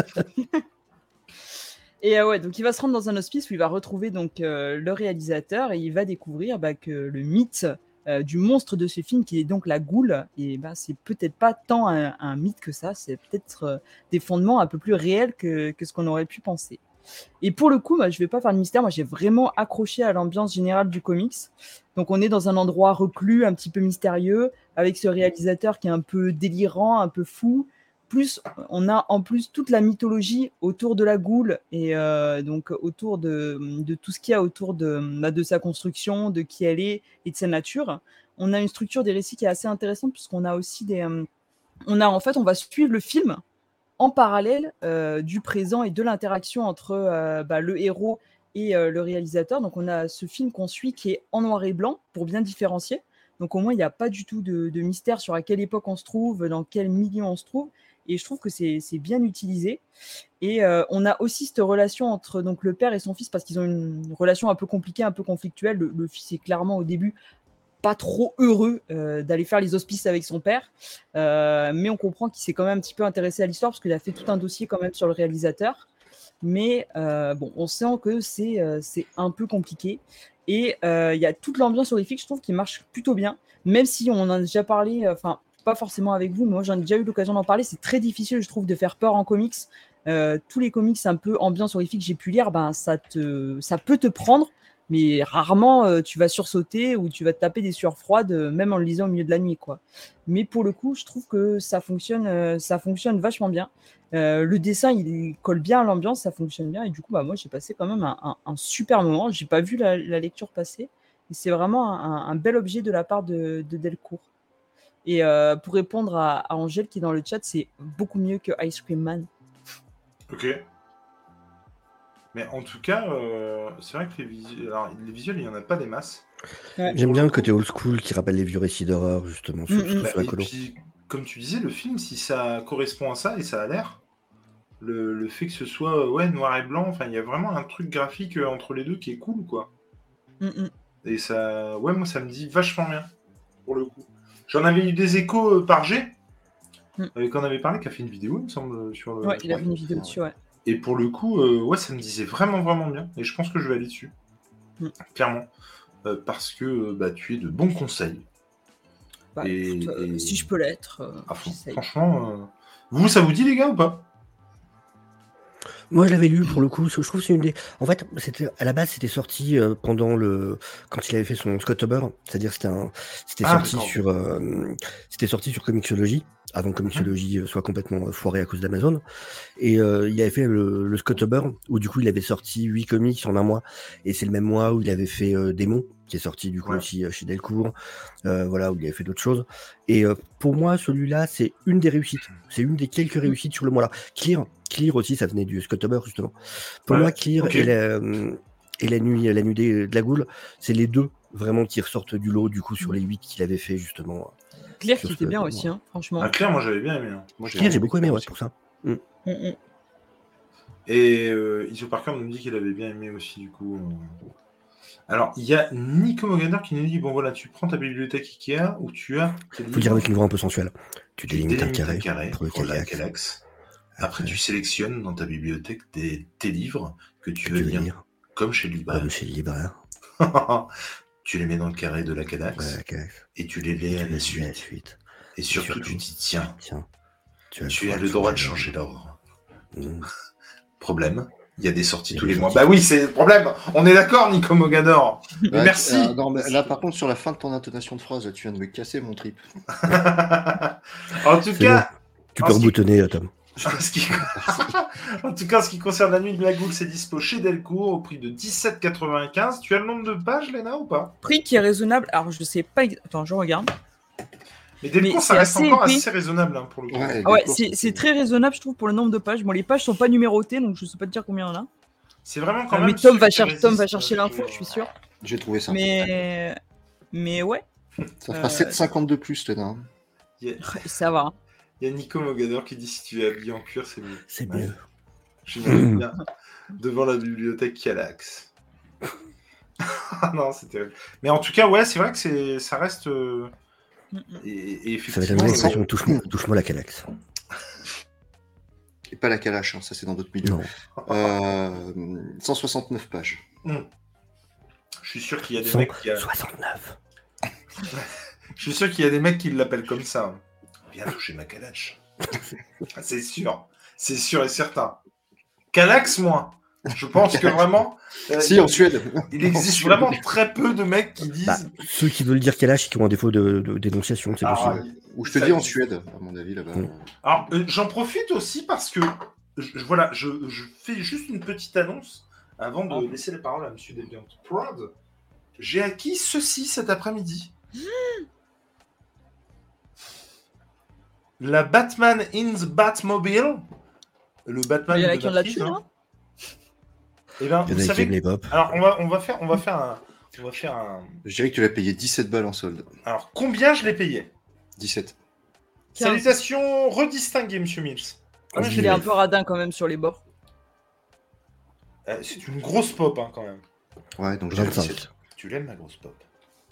Et ouais, donc il va se rendre dans un hospice où il va retrouver donc le réalisateur et il va découvrir que le mythe du monstre de ce film, qui est donc la goule, et c'est peut-être pas tant un mythe que ça, c'est peut-être des fondements un peu plus réels que ce qu'on aurait pu penser. Et pour le coup, je vais pas faire de mystère, moi j'ai vraiment accroché à l'ambiance générale du comics. Donc on est dans un endroit reclus, un petit peu mystérieux, avec ce réalisateur qui est un peu délirant, un peu fou. Plus, on a en plus toute la mythologie autour de la goule et donc autour de tout ce qu'il y a autour de sa construction, de qui elle est et de sa nature. On a une structure des récits qui est assez intéressante puisqu'on a aussi on va suivre le film en parallèle du présent et de l'interaction entre le héros et le réalisateur. Donc on a ce film qu'on suit qui est en noir et blanc pour bien différencier. Donc au moins il n'y a pas du tout de mystère sur à quelle époque on se trouve, dans quel milieu on se trouve. Et je trouve que c'est bien utilisé. Et on a aussi cette relation entre donc, le père et son fils, parce qu'ils ont une relation un peu compliquée, un peu conflictuelle. Le fils est clairement au début pas trop heureux d'aller faire les hospices avec son père, mais on comprend qu'il s'est quand même un petit peu intéressé à l'histoire, parce qu'il a fait tout un dossier quand même sur le réalisateur. Mais on sent que c'est un peu compliqué. Et il y a toute l'ambiance horrifique, je trouve, qui marche plutôt bien, même si on en a déjà parlé, pas forcément avec vous, mais moi j'en ai déjà eu l'occasion d'en parler. C'est très difficile, je trouve, de faire peur en comics. Tous les comics un peu ambiance horrifique que j'ai pu lire, ça peut te prendre, mais rarement tu vas sursauter ou tu vas te taper des sueurs froides, même en le lisant au milieu de la nuit, quoi. Mais pour le coup, je trouve que ça fonctionne vachement bien. Le dessin, il colle bien à l'ambiance, ça fonctionne bien. Et du coup, moi, j'ai passé quand même un super moment. J'ai pas vu la lecture passer. Et c'est vraiment un bel objet de la part de Delcourt. Et pour répondre à Angèle qui est dans le chat, c'est beaucoup mieux que Ice Cream Man. Ok. Mais en tout cas, c'est vrai que les visuels, il n'y en a pas des masses. Ouais. J'aime bien le côté old school qui rappelle les vieux récits d'horreur, justement, sur la Et colo. puis, comme tu disais, le film, si ça correspond à ça, et ça a l'air, le fait que ce soit noir et blanc, il y a vraiment un truc graphique entre les deux qui est cool, quoi. Et ça, moi, ça me dit vachement bien, pour le coup. J'en avais eu des échos par G, avec on avait parlé, qui a fait une vidéo, il me semble, sur le... Ouais, il a fait une vidéo dessus, ouais. Et pour le coup, ça me disait vraiment, vraiment bien. Et je pense que je vais aller dessus. Clairement. Parce que tu es de bons conseils. Écoute, si je peux l'être, à fond. j'essaye. Franchement, vous, ça vous dit, les gars, ou pas? Moi, je l'avais lu pour le coup. Je trouve que c'est une des. En fait, à la base, c'était sorti pendant quand il avait fait son Scottober. C'est-à-dire, c'était sorti sur Comixology, avant que Comixology soit complètement foiré à cause d'Amazon. Et il avait fait le Scottober, où du coup, il avait sorti 8 comics en un mois. Et c'est le même mois où il avait fait Démon, qui est sorti du coup aussi chez Delcourt. Où il avait fait d'autres choses. Et pour moi, celui-là, c'est une des réussites. C'est une des quelques réussites sur le mois-là. Clear aussi, ça venait du Scottober, justement. Pour moi, Clear et la nuit de la goule, c'est les deux vraiment qui ressortent du lot, du coup, sur les 8 qu'il avait fait, justement. Clear qui était bien aussi, franchement. Clear, moi, j'avais bien aimé. Clear, j'ai beaucoup aimé, pour ça. Et Iso Parker nous dit qu'il avait bien aimé aussi, du coup. Alors, il y a Nico Mogander qui nous dit, bon voilà, tu prends ta bibliothèque Ikea où tu as... Faut dire avec une voix un peu sensuelle. Tu délimites un carré pour le Calax. Après, tu sélectionnes dans ta bibliothèque tes livres que tu veux lire, comme chez le libraire. Tu les mets dans le carré de la Calax, et tu les lis à la suite. Et surtout, tu dis, tiens, tu as le droit de changer d'ordre. Problème, il y a des sorties tous les mois. Bah oui, c'est le problème. On est d'accord, Nico Mogador. Merci. Non, mais là, par contre, sur la fin de ton intonation de phrase, tu viens de me casser mon trip. En tout cas... Bon. Tu peux reboutonner, Tom. En tout cas, en ce qui concerne La Nuit de la Goule, c'est dispo chez Delcourt au prix de 17,95. Tu as le nombre de pages, Léna, ou pas? Prix qui est raisonnable. Alors, je sais pas... Attends, je regarde. Mais Delcourt, ça reste encore assez raisonnable pour le coup. C'est très raisonnable, je trouve, pour le nombre de pages. Bon, les pages sont pas numérotées, donc je sais pas te dire combien il y en a. C'est vraiment quand même... Mais Tom va chercher l'info, je suis sûr. J'ai trouvé ça. Mais ouais. Ça fera 7,50 de plus, Léna. Ça va. Il y a Nico Mogador qui dit, si tu es habillé en cuir, c'est mieux. C'est mieux. J'imagine bien. Devant la bibliothèque Calax. Ah non, c'est terrible. Mais en tout cas, ouais, c'est vrai que ça reste. Et Ça va être effectivement. une expression touche-moi la Calax. Et pas la Kalash, ça c'est dans d'autres milieux. Non. 169 pages. Je suis sûr qu'il y a des mecs qui. 69. Je suis sûr qu'il y a des mecs qui l'appellent comme ça. Viens toucher ma Kalash. C'est sûr. C'est sûr et certain. Calax, moi. Je pense que vraiment. Si, en Suède. Il existe vraiment très peu de mecs qui disent. Bah, ceux qui veulent dire Kalash qui ont un défaut de dénonciation, c'est possible. Ou je te dis en Suède, à mon avis, là-bas. Alors, j'en profite aussi parce que. Voilà, je fais juste une petite annonce avant de laisser la parole à Monsieur Deviant Prod. J'ai acquis ceci cet après-midi. La Batman in the Batmobile. Le Batman. Il y en a de qui ont de la thune, hein. Et ben, Il y en vous a qui savez. aiment les pop. Alors, on va faire un. Je dirais que tu l'as payé 17 balles en solde. Alors, combien je l'ai payé? 17. 15. Salutations redistinguées, Monsieur Mills. Moi, je l'ai un peu radin quand même sur les bords. C'est une grosse pop, hein, quand même. Ouais, donc j'ai 25. 17. Tu l'aimes, ma grosse pop.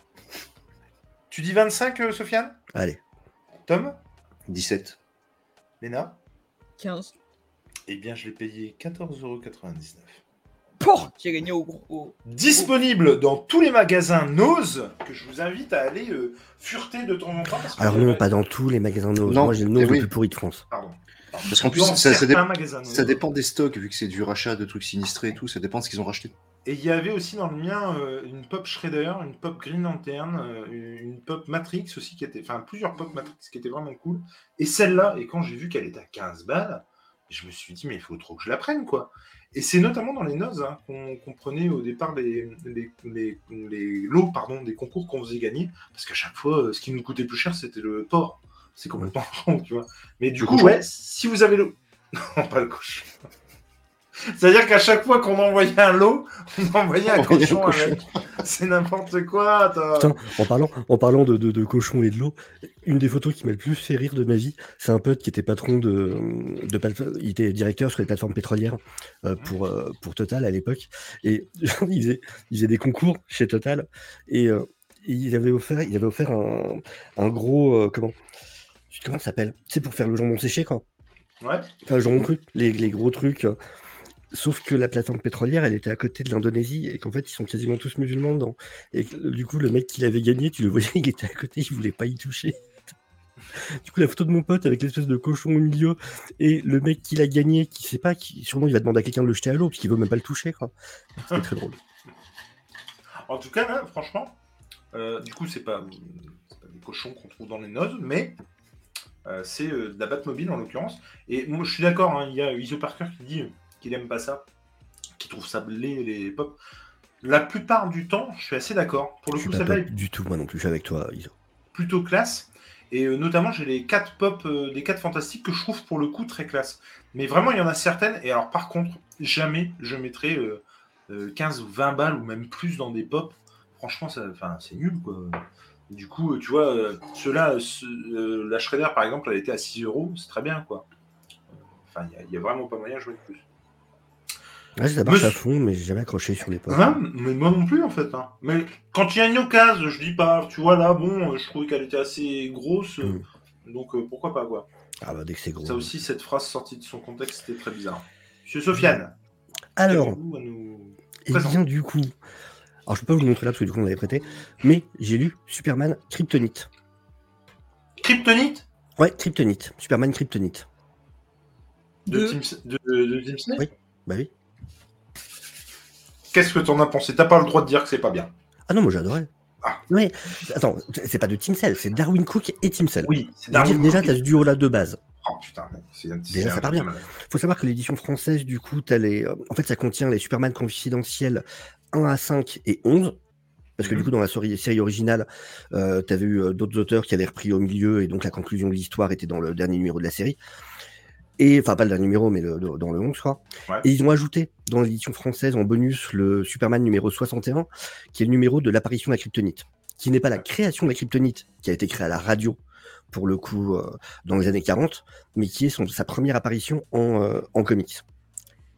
Tu dis 25, Sofiane? Allez. Tom? 17. Léna? 15. Eh bien, je l'ai payé 14,99 €. Pouh, j'ai gagné au gros. Disponible dans tous les magasins Nose, que je vous invite à aller fureter de temps en temps. Parce que Alors non, pas dans tous les magasins Nose. Non, Moi, j'ai le Nose oui. le plus pourri de France. Pardon. Parce qu'en plus, Dans ça certains magasins Nose. ça dépend des stocks, vu que c'est du rachat de trucs sinistrés et tout, ça dépend de ce qu'ils ont racheté. Et il y avait aussi dans le mien une pop Shredder, une pop Green Lantern, une pop Matrix aussi, plusieurs pop Matrix qui étaient vraiment cool. Et celle-là, et quand j'ai vu qu'elle était à 15 balles, je me suis dit, mais il faut trop que je la prenne, quoi. Et c'est notamment dans les Nose qu'on prenait au départ les lots des concours qu'on faisait gagner, parce qu'à chaque fois, ce qui nous coûtait plus cher, c'était le porc. C'est complètement con, tu vois. Mais du coup, cochon. ouais, si vous avez le... Non, pas le cochon. C'est-à-dire qu'à chaque fois qu'on envoyait un lot, on envoyait un cochon avec. C'est n'importe quoi. Putain, en parlant de cochons et de l'eau, une des photos qui m'a le plus fait rire de ma vie, c'est un pote qui était patron il était directeur sur les plateformes pétrolières pour Total à l'époque, et il faisait des concours chez Total, et il avait offert un gros comment ça s'appelle? C'est pour faire le jambon séché, quoi. Ouais. Enfin, le jambon cru, les gros trucs. Sauf que la plateforme pétrolière, elle était à côté de l'Indonésie et qu'en fait, ils sont quasiment tous musulmans dedans. Et du coup, le mec qui l'avait gagné, tu le voyais, il était à côté, il voulait pas y toucher. Du coup, la photo de mon pote avec l'espèce de cochon au milieu et le mec qui l'a gagné, qui sait pas, sûrement il va demander à quelqu'un de le jeter à l'eau parce qu'il veut même pas le toucher, quoi. C'était très drôle. En tout cas, là, franchement, du coup, c'est pas des cochons qu'on trouve dans les Nose, mais c'est de la Batmobile en l'occurrence. Et moi, je suis d'accord, hein, il y a Iso Parker qui dit qu'il aime pas ça, qui trouve ça les pop. La plupart du temps, je suis assez d'accord. Pour le Je coup, suis pas celle-là pop est du tout, moi non plus, je suis avec toi, Iso. plutôt classe. Et notamment, j'ai les 4 pop des 4 fantastiques que je trouve pour le coup très classe. Mais vraiment, il y en a certaines. Et alors, par contre, jamais je mettrai 15 ou 20 balles ou même plus dans des pop. Franchement, c'est nul, quoi. Du coup, tu vois, ceux-là, la Shredder, par exemple, elle était à 6 €. C'est très bien, quoi. Enfin, il y a vraiment pas moyen de jouer de plus. Ouais, ça marche à fond, mais j'ai jamais accroché sur les pop. Hein, mais moi non plus, en fait. Hein. Mais quand il y a une occasion, je dis pas. Tu vois, là, bon, je trouvais qu'elle était assez grosse. Donc, pourquoi pas, quoi. Ah bah, dès que c'est gros. Ça aussi, cette phrase sortie de son contexte, c'était très bizarre. Monsieur Sofiane. Alors, nous et bien du coup... Alors, je peux pas vous le montrer là, parce que du coup, on l'avait prêté. Mais j'ai lu Superman Kryptonite. Kryptonite? Ouais, Kryptonite. Superman Kryptonite. De Tim Smith? Oui, bah oui. Qu'est-ce que t'en as pensé? T'as pas le droit de dire que c'est pas bien. Ah non, moi j'adorais. Ah. Mais attends, c'est pas de Tim Cell, c'est Darwin Cook et Tim Cell. Oui, c'est Darwin Déjà, Cook. t'as ce duo-là de base. Oh putain, Déjà, ça part bien. Faut savoir que l'édition française, du coup, en fait, ça contient les Superman confidentiels 1 à 5 et 11. Parce que du coup, dans la série originale, t'avais eu d'autres auteurs qui avaient repris au milieu, et donc la conclusion de l'histoire était dans le dernier numéro de la série. Enfin, pas le dernier numéro, mais dans le 11, je crois. Ouais. Et ils ont ajouté dans l'édition française en bonus le Superman numéro 61, qui est le numéro de l'apparition de la kryptonite, qui n'est pas la création de la kryptonite, qui a été créée à la radio, pour le coup, dans les années 40, mais qui est sa première apparition en comics.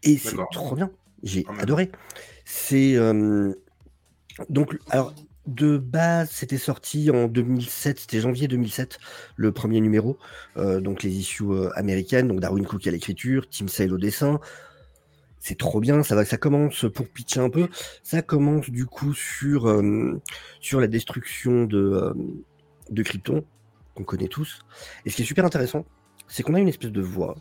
Et c'est D'accord. trop bien. J'ai Ah, mais- adoré. C'est donc alors de base, c'était sorti en 2007, c'était janvier 2007, le premier numéro. Donc les issues américaines, donc Darwin Cook à l'écriture, Tim Sale au dessin. C'est trop bien, ça commence pour pitcher un peu. Ça commence du coup sur la destruction de Krypton, qu'on connaît tous. Et ce qui est super intéressant, c'est qu'on a une espèce de voix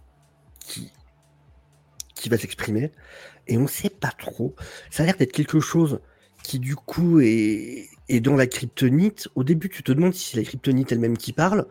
qui va s'exprimer, et on sait pas trop. Ça a l'air d'être quelque chose qui du coup est dans la kryptonite. Au début, tu te demandes si c'est la kryptonite elle-même qui parle.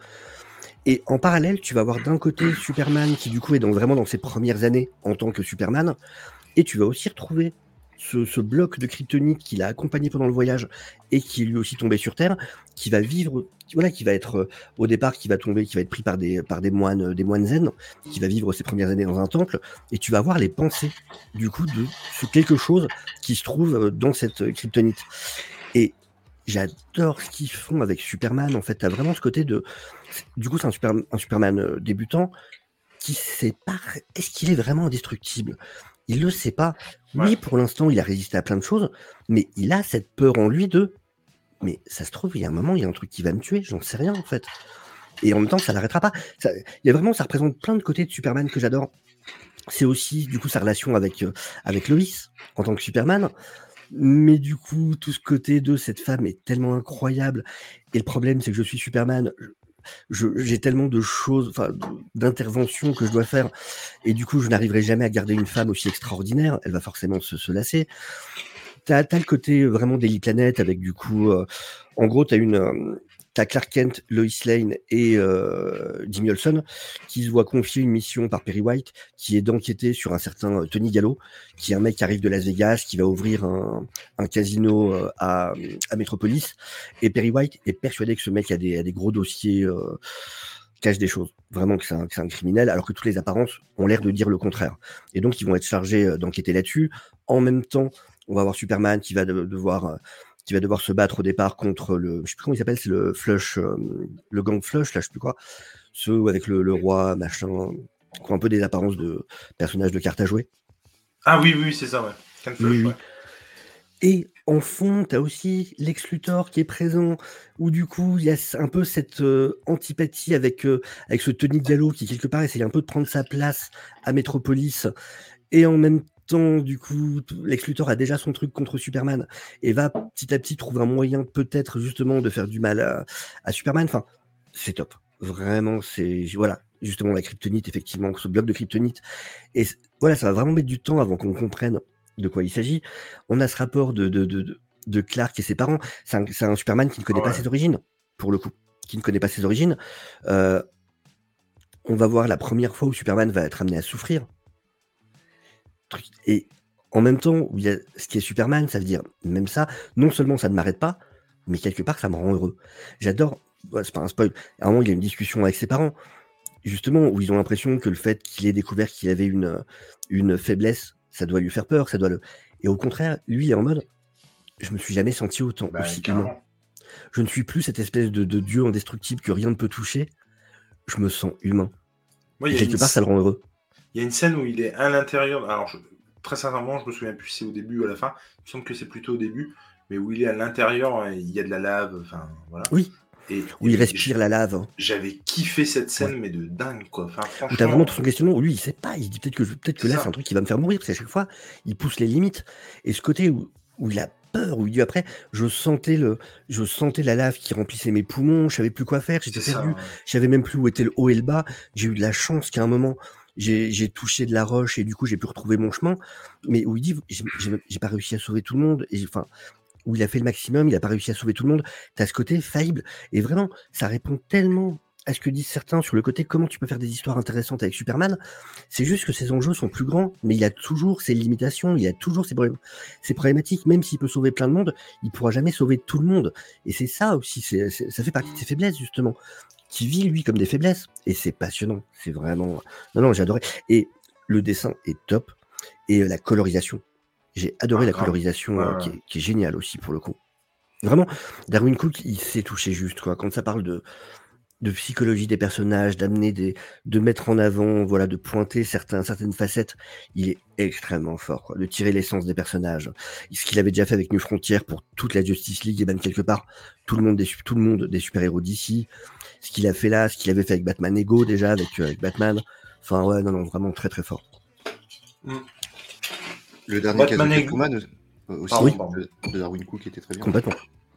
Et en parallèle, tu vas avoir d'un côté Superman qui du coup est vraiment dans ses premières années en tant que Superman. Et tu vas aussi retrouver ce bloc de kryptonite qui l'a accompagné pendant le voyage et qui est lui aussi tombé sur Terre, qui va vivre, qui va être au départ, qui va être pris par des moines zen, qui va vivre ses premières années dans un temple, et tu vas voir les pensées du coup de ce quelque chose qui se trouve dans cette kryptonite. Et j'adore ce qu'ils font avec Superman. En fait, t'as vraiment ce côté de, du coup, c'est un Superman débutant qui sait pas, est-ce qu'il est vraiment indestructible? Il le sait pas. Oui, Ouais. pour l'instant, il a résisté à plein de choses, mais il a cette peur en lui de, mais ça se trouve, il y a un moment, il y a un truc qui va me tuer, j'en sais rien en fait. Et en même temps, ça l'arrêtera pas. Ça représente plein de côtés de Superman que j'adore. C'est aussi, du coup, sa relation avec Lois en tant que Superman. Mais du coup, tout ce côté de cette femme est tellement incroyable. Et le problème, c'est que je suis Superman. J'ai tellement de choses, d'interventions que je dois faire, et du coup je n'arriverai jamais à garder une femme aussi extraordinaire, elle va forcément se lasser. T'as le côté vraiment Daily Planet avec du coup, en gros t'as Clark Kent, Lois Lane et Jimmy Olsen qui se voient confier une mission par Perry White qui est d'enquêter sur un certain Tony Gallo, qui est un mec qui arrive de Las Vegas, qui va ouvrir un casino à Metropolis, et Perry White est persuadé que ce mec a des gros dossiers, cache des choses, vraiment que c'est un criminel, alors que toutes les apparences ont l'air de dire le contraire. Et donc ils vont être chargés d'enquêter là-dessus. En même temps, on va avoir Superman qui va devoir se battre au départ contre je sais plus comment il s'appelle, c'est le Flush, le gang Flush, là, je sais plus quoi, ceux avec le roi, machin, qui ont un peu des apparences de personnages de cartes à jouer. Ah oui, c'est ça, ouais. Ken Flush, Oui. ouais. Et en fond, tu as aussi Lex Luthor qui est présent, où du coup, il y a un peu cette antipathie avec ce Tony Gallo qui, quelque part, essaye un peu de prendre sa place à Metropolis. Et en même temps, du coup, Lex Luthor a déjà son truc contre Superman et va petit à petit trouver un moyen, peut-être, justement, de faire du mal à Superman. Enfin, c'est top. Vraiment, voilà, justement, la kryptonite, effectivement, ce bloc de kryptonite. Et voilà, ça va vraiment mettre du temps avant qu'on comprenne de quoi il s'agit. On a ce rapport de Clark et ses parents. C'est un Superman qui ne connaît pas ses origines, pour le coup. Qui ne connaît pas ses origines. On va voir la première fois où Superman va être amené à souffrir. Et en même temps, où il y a ce qui est Superman, ça veut dire, même ça, non seulement ça ne m'arrête pas, mais quelque part, ça me rend heureux. J'adore, c'est pas un spoil, à un moment, il y a une discussion avec ses parents, justement, où ils ont l'impression que le fait qu'il ait découvert qu'il avait une faiblesse, ça doit lui faire peur, Et au contraire, lui, il est en mode, je me suis jamais senti aussi humain. Je ne suis plus cette espèce de dieu indestructible que rien ne peut toucher. Je me sens humain. Ouais, et quelque part, ça le rend heureux. Il y a une scène où il est à l'intérieur. Alors, très sincèrement, je me souviens plus si c'est au début ou à la fin. Il me semble que c'est plutôt au début. Mais où il est à l'intérieur, il y a de la lave. Enfin, voilà. Oui. Où il respire la lave. Hein. J'avais kiffé cette scène, mais de dingue, quoi. Enfin, franchement. Où t'as vraiment tout son questionnement où lui, il sait pas. Il se dit peut-être que là, c'est un truc qui va me faire mourir. Parce qu'à chaque fois, il pousse les limites. Et ce côté où il a peur, où il dit après, je sentais la lave qui remplissait mes poumons. Je savais plus quoi faire. J'étais perdu. Je savais même plus où était le haut et le bas. J'ai eu de la chance qu'à un moment, j'ai touché de la roche et du coup, j'ai pu retrouver mon chemin. Mais où il dit, j'ai pas réussi à sauver tout le monde. Et enfin, où il a fait le maximum, il n'a pas réussi à sauver tout le monde. Tu as ce côté faillible. Et vraiment, ça répond tellement à ce que disent certains sur le côté comment tu peux faire des histoires intéressantes avec Superman. C'est juste que ses enjeux sont plus grands, mais il a toujours ses limitations, il a toujours ses problématiques. Même s'il peut sauver plein de monde, il ne pourra jamais sauver tout le monde. Et c'est ça aussi, ça fait partie de ses faiblesses, justement, qui vit, lui, comme des faiblesses. Et c'est passionnant. C'est vraiment... Non, j'ai adoré. Et le dessin est top. Et la colorisation. J'ai adoré la colorisation qui est géniale aussi pour le coup. Vraiment, Darwin Cook, il sait toucher juste quoi. Quand ça parle de psychologie des personnages, de mettre en avant, voilà, de pointer certaines facettes. Il est extrêmement fort, quoi, de tirer l'essence des personnages. Ce qu'il avait déjà fait avec New Frontier pour toute la Justice League et même quelque part tout le monde des super-héros d'ici. Ce qu'il a fait là, ce qu'il avait fait avec Batman Ego déjà, avec Batman. Enfin ouais, non, vraiment très très fort. Le dernier Batman Catwoman aussi, Pardon. de Darwin Cook était très bien. Complètement.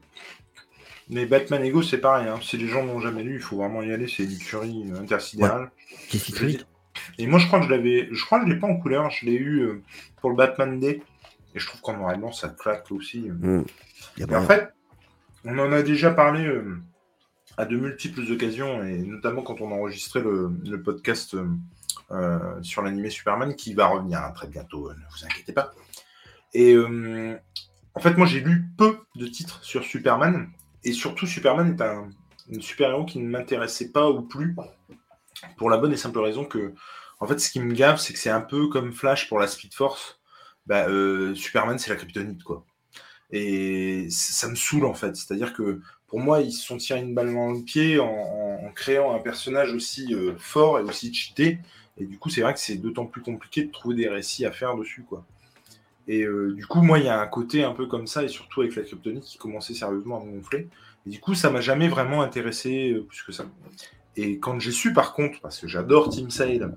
Mais Batman Ego, c'est pareil. Hein. Si les gens l'ont jamais lu, il faut vraiment y aller. C'est une tuerie intersidérale. Qu'est-ce qui triste. Et moi, je crois que je l'ai pas en couleur. Je l'ai eu pour le Batman Day. Et je trouve qu'en noir et blanc, ça claque aussi. Et en fait, on en a déjà parlé à de multiples occasions, et notamment quand on a enregistré le podcast sur l'animé Superman, qui va revenir très bientôt, ne vous inquiétez pas. Et en fait, moi, j'ai lu peu de titres sur Superman. Et surtout, Superman est un super-héros qui ne m'intéressait pas ou plus, pour la bonne et simple raison que, en fait, ce qui me gave, c'est que c'est un peu comme Flash pour la Speed Force. Superman, c'est la kryptonite, quoi. Et ça me saoule, en fait. C'est-à-dire que, pour moi, ils se sont tirés une balle dans le pied en créant un personnage aussi fort et aussi cheaté. Et du coup, c'est vrai que c'est d'autant plus compliqué de trouver des récits à faire dessus, quoi. Et du coup, moi, il y a un côté un peu comme ça, et surtout avec la kryptonite qui commençait sérieusement à me gonfler. Et du coup, ça m'a jamais vraiment intéressé plus que ça. Et quand j'ai su, par contre, parce que j'adore Team Sale,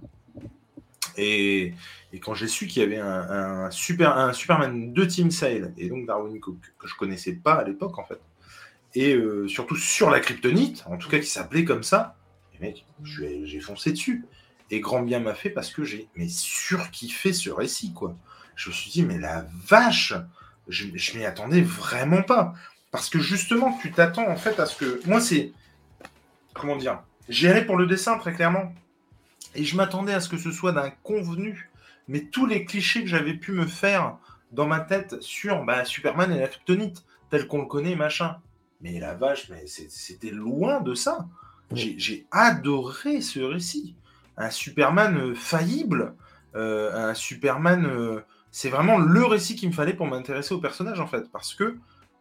et quand j'ai su qu'il y avait un Superman de Team Sale, et donc Darwin Cook, que je connaissais pas à l'époque, en fait, et surtout sur la kryptonite, en tout cas qui s'appelait comme ça, et mec, j'ai foncé dessus. Et grand bien m'a fait parce que j'ai surkiffé ce récit, quoi. Je me suis dit, mais la vache, je m'y attendais vraiment pas. Parce que justement, tu t'attends en fait à ce que... Moi, c'est... Comment dire ? J'y allais pour le dessin, très clairement. Et je m'attendais à ce que ce soit d'un convenu. Mais tous les clichés que j'avais pu me faire dans ma tête sur Superman et la kryptonite, tel qu'on le connaît, machin. Mais la vache, mais c'était loin de ça. J'ai adoré ce récit. Un Superman faillible, un Superman... c'est vraiment le récit qu'il me fallait pour m'intéresser au personnage, en fait. Parce que,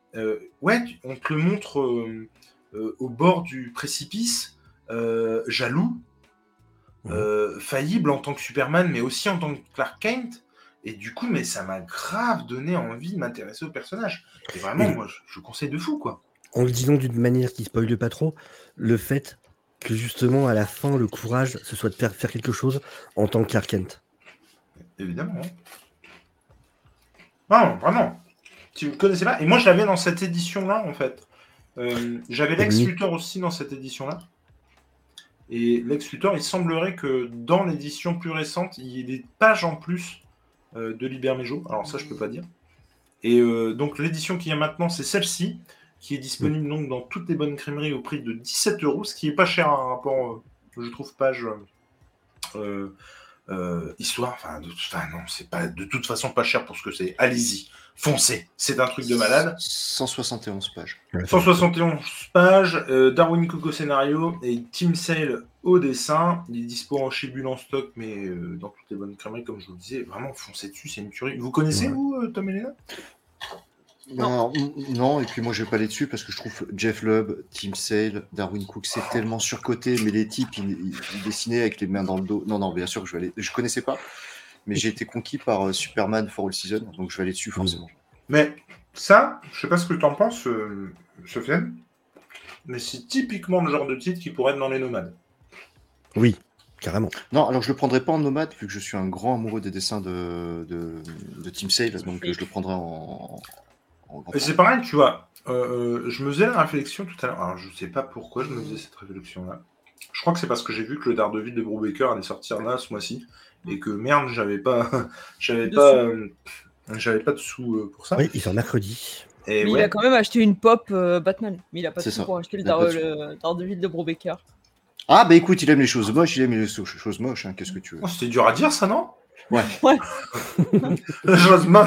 on te le montre au bord du précipice, jaloux, faillible en tant que Superman, mais aussi en tant que Clark Kent. Et du coup, mais ça m'a grave donné envie de m'intéresser au personnage. Et vraiment, moi, je conseille de fou, quoi. En le disant d'une manière qui spoile pas trop, le fait que justement, à la fin, le courage, ce soit de faire quelque chose en tant que Clark Kent. Évidemment. Non, vraiment. Tu ne connaissais pas. Et moi, je l'avais dans cette édition-là, en fait. J'avais Lex Luthor aussi dans cette édition-là. Et Lex Luthor, il semblerait que dans l'édition plus récente, il y ait des pages en plus de Liber Mejo. Alors ça, je peux pas dire. Et donc, l'édition qui y a maintenant, c'est celle-ci, qui est disponible donc dans toutes les bonnes crèmeries au prix de 17 €, ce qui est pas cher à un rapport, je trouve, page histoire. Non, c'est pas de toute façon pas cher pour ce que c'est. Allez-y, foncez, c'est un truc de malade. 171 pages. 171 pages, Darwin Cook au scénario et Team Sale au dessin. Il est dispo chez Bulle en stock, mais dans toutes les bonnes crèmeries, comme je vous le disais. Vraiment, foncez dessus, c'est une tuerie. Vous connaissez, vous, Tom et Léna ? Non, et puis moi je vais pas aller dessus parce que je trouve Jeff Lubb, Team Sale, Darwin Cook, c'est tellement surcoté, mais les types ils dessinaient avec les mains dans le dos. Non, bien sûr que je vais aller. Je connaissais pas, mais j'ai été conquis par Superman for All Season, donc je vais aller dessus forcément. Mais ça, je sais pas ce que tu en penses, Sofiane, mais c'est typiquement le genre de titre qui pourrait être dans les nomades. Oui, carrément. Non, alors je le prendrai pas en nomade vu que je suis un grand amoureux des dessins de Team Sale, donc je le prendrai en Et c'est pareil, tu vois, je me faisais la réflexion tout à l'heure. Alors, je sais pas pourquoi je me faisais cette réflexion-là. Je crois que c'est parce que j'ai vu que le Daredevil de Brubaker allait sortir là ce mois-ci et que merde, j'avais pas de sous pour ça. Oui, il sort mercredi. Et mais il a quand même acheté une pop Batman, mais il a pas de C'est sous ça. pour acheter le Il a pas de Daredevil de Brubaker. Ah bah écoute, il aime les choses moches, choses moches, hein, qu'est-ce que tu veux. Oh, c'était dur à dire ça, non? Ouais. Chose moche.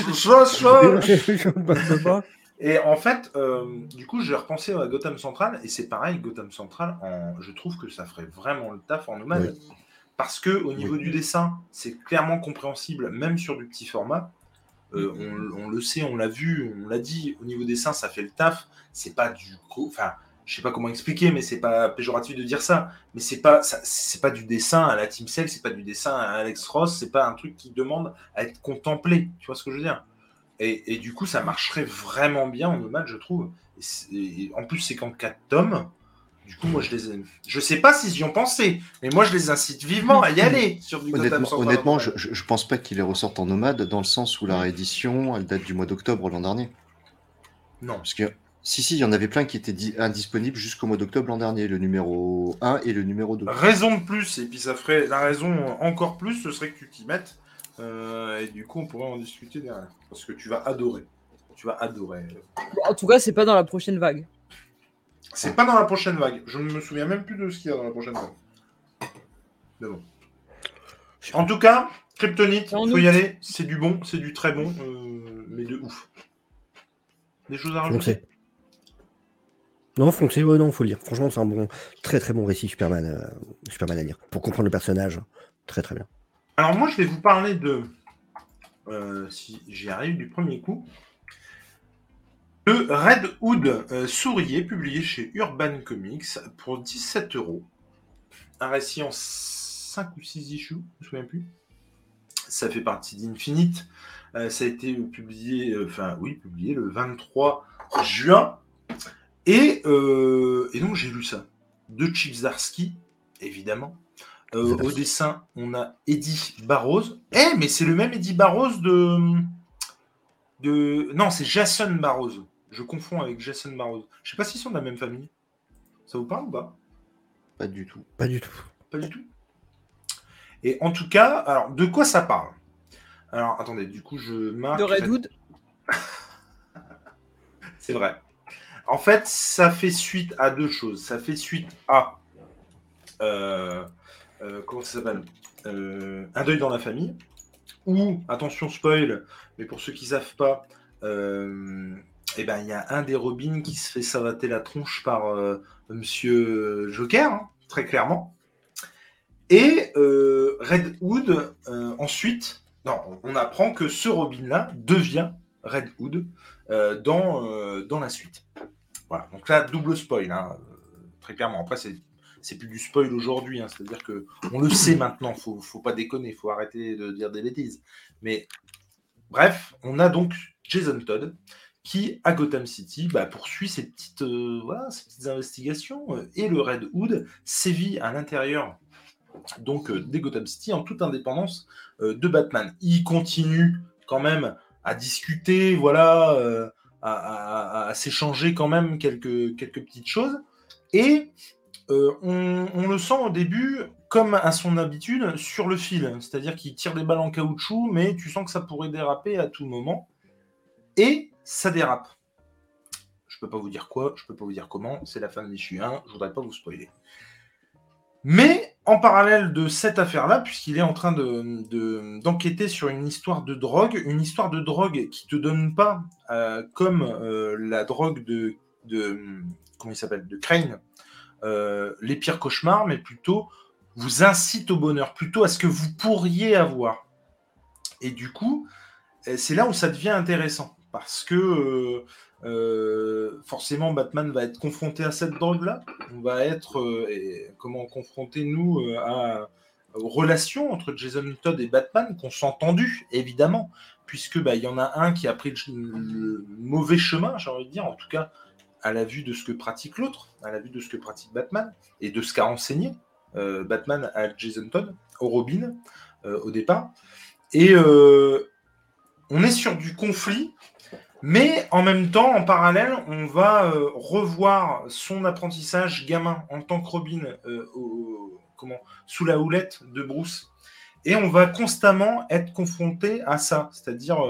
Et en fait, du coup, j'ai repensé à Gotham Central, et c'est pareil, Gotham Central, je trouve que ça ferait vraiment le taf en nomade. Oui. Parce que au niveau du dessin, c'est clairement compréhensible, même sur du petit format. On le sait, on l'a vu, on l'a dit, au niveau dessin, ça fait le taf. C'est pas du gros. Enfin, je sais pas comment expliquer, mais c'est pas péjoratif de dire ça. Mais c'est pas du dessin à la Team Cell, c'est pas du dessin à Alex Ross, c'est pas un truc qui demande à être contemplé. Tu vois ce que je veux dire? Et du coup, ça marcherait vraiment bien en hommage, je trouve. Et en plus, c'est qu'en 4 tomes. Du coup, moi, je sais pas si j'y ont pensé, mais moi, je les incite vivement à y aller sur du Gotham Central. Honnêtement, je pense pas qu'il les ressorte en nomade, dans le sens où la réédition, elle date du mois d'octobre l'an dernier. Non. Parce que, si, il y en avait plein qui étaient indisponibles jusqu'au mois d'octobre l'an dernier, le numéro 1 et le numéro 2. Raison de plus, et puis ça ferait la raison encore plus, ce serait que tu t'y mettes. Et du coup, on pourrait en discuter derrière. Parce que tu vas adorer. Tu vas adorer. En tout cas, c'est pas dans la prochaine vague. C'est pas dans la prochaine vague. Je ne me souviens même plus de ce qu'il y a dans la prochaine vague. Mais bon. En tout cas, Kryptonite, il faut y aller. C'est du bon, c'est du très bon, mais de ouf. Des choses à rajouter? Foncez. Non, foncez, ouais, non, faut le lire. Franchement, c'est un bon, très très bon récit Superman, Superman à lire. Pour comprendre le personnage, très très bien. Alors moi, je vais vous parler de, si j'y arrive du premier coup, le Red Hood Sourier, publié chez Urban Comics pour 17 €. Un récit en 5 ou 6 issues, je ne me souviens plus. Ça fait partie d'Infinite. Ça a été publié, publié le 23 juin. Et donc, j'ai lu ça. De Chip Zdarsky, évidemment. Au dessin, on a Eddie Barrows. Mais c'est le même Eddie Barrows de... Non, c'est Jason Barrows. Je confonds avec Jason Barrows. Je sais pas s'ils sont de la même famille. Ça vous parle ou pas? Pas du tout. Pas du tout. Pas du tout. Et en tout cas, alors, de quoi ça parle? Alors, attendez, du coup, je marque... De Red Hood. C'est vrai. En fait, ça fait suite à deux choses. Ça fait suite à... comment ça s'appelle? Un deuil dans la famille. Ou, attention, spoil, mais pour ceux qui ne savent pas, il y a un des Robins qui se fait savater la tronche par Monsieur Joker, hein, très clairement. Et Red Hood, ensuite, on apprend que ce Robin-là devient Red Hood dans la suite. Voilà, donc là, double spoil, hein, très clairement. Après, c'est plus du spoil aujourd'hui, hein, c'est-à-dire qu'on le sait maintenant, faut pas déconner, faut arrêter de dire des bêtises. Mais bref, on a donc Jason Todd qui, à Gotham City, poursuit ses petites investigations, et le Red Hood sévit à l'intérieur donc des Gotham City en toute indépendance de Batman. Il continue quand même à discuter, à s'échanger quand même quelques petites choses, et on le sent au début, comme à son habitude, sur le fil. C'est-à-dire qu'il tire des balles en caoutchouc, mais tu sens que ça pourrait déraper à tout moment. Et ça dérape. Je peux pas vous dire quoi, je peux pas vous dire comment, c'est la fin de l'issue 1, je voudrais pas vous spoiler. Mais en parallèle de cette affaire-là, puisqu'il est en train d'enquêter sur une histoire de drogue qui te donne pas, comme la drogue de comment il s'appelle, de Crane, les pires cauchemars, mais plutôt vous incite au bonheur, plutôt à ce que vous pourriez avoir. Et du coup, c'est là où ça devient intéressant, parce que forcément Batman va être confronté à cette drogue-là, on va être confronté, nous, aux relations entre Jason Todd et Batman, qu'on s'est entendu, évidemment, puisque il y en a un qui a pris le mauvais chemin, j'ai envie de dire, en tout cas, à la vue de ce que pratique l'autre, à la vue de ce que pratique Batman, et de ce qu'a enseigné Batman à Jason Todd, au Robin, au départ. Et on est sur du conflit, mais en même temps, en parallèle, on va revoir son apprentissage gamin en tant que Robin sous la houlette de Bruce. Et on va constamment être confronté à ça, c'est-à-dire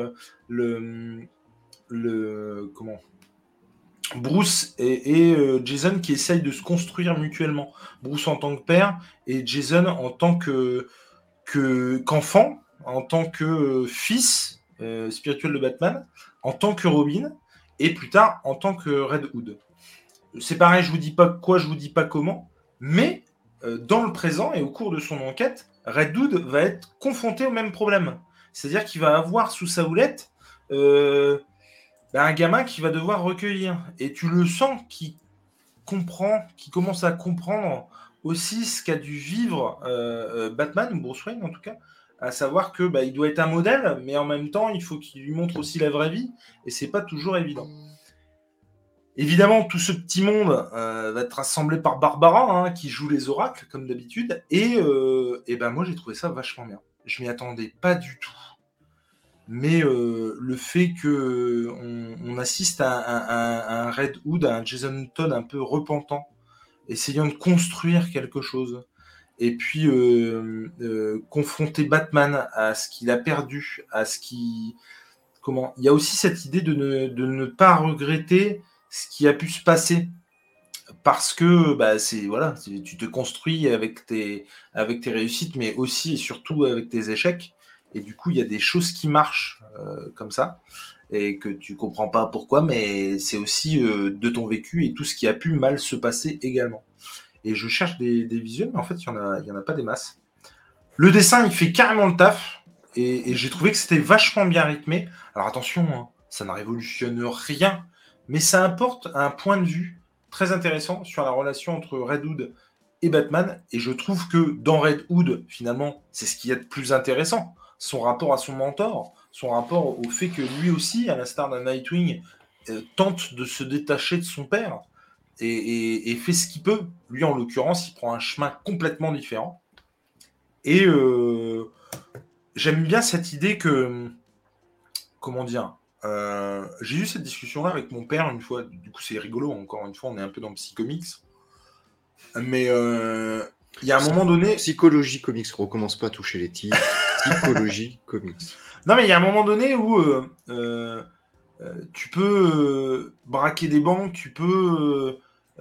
Bruce et Jason qui essayent de se construire mutuellement. Bruce en tant que père et Jason en tant qu'enfant, en tant que fils spirituel de Batman, en tant que Robin, et plus tard en tant que Red Hood. C'est pareil, je vous dis pas quoi, je vous dis pas comment, mais dans le présent et au cours de son enquête, Red Hood va être confronté au même problème. C'est-à-dire qu'il va avoir sous sa houlette un gamin qui va devoir recueillir. Et tu le sens qui qui commence à comprendre aussi ce qu'a dû vivre Batman, ou Bruce Wayne en tout cas, à savoir que il doit être un modèle, mais en même temps, il faut qu'il lui montre aussi la vraie vie, et c'est pas toujours évident. Évidemment, tout ce petit monde va être rassemblé par Barbara, qui joue les oracles, comme d'habitude, et moi, j'ai trouvé ça vachement bien. Je m'y attendais pas du tout. Mais le fait qu'on assiste à un Red Hood, à un Jason Todd un peu repentant, essayant de construire quelque chose, et puis confronter Batman à ce qu'il a perdu, à ce qui... Comment... Il y a aussi cette idée de ne pas regretter ce qui a pu se passer, parce que tu te construis avec tes réussites, mais aussi et surtout avec tes échecs, et du coup il y a des choses qui marchent comme ça, et que tu comprends pas pourquoi, mais c'est aussi de ton vécu et tout ce qui a pu mal se passer également. Et je cherche des visuels, mais en fait il y en a pas des masses. Le dessin, il fait carrément le taf, et j'ai trouvé que c'était vachement bien rythmé. Alors attention, ça ne révolutionne rien, mais ça apporte un point de vue très intéressant sur la relation entre Red Hood et Batman, et je trouve que dans Red Hood, finalement, c'est ce qu'il y a de plus intéressant. Son rapport à son mentor, son rapport au fait que lui aussi, à l'instar d'un Nightwing, tente de se détacher de son père, et fait ce qu'il peut. Lui, en l'occurrence, il prend un chemin complètement différent. Et j'aime bien cette idée que... Comment dire, j'ai eu cette discussion-là avec mon père une fois. Du coup, c'est rigolo. Encore une fois, on est un peu dans Psycomics. Mais il y a un moment donné... Psychologie Comics, on recommence pas à toucher les titres. Psychologie Comics. Non, mais il y a un moment donné où tu peux braquer des banques, tu peux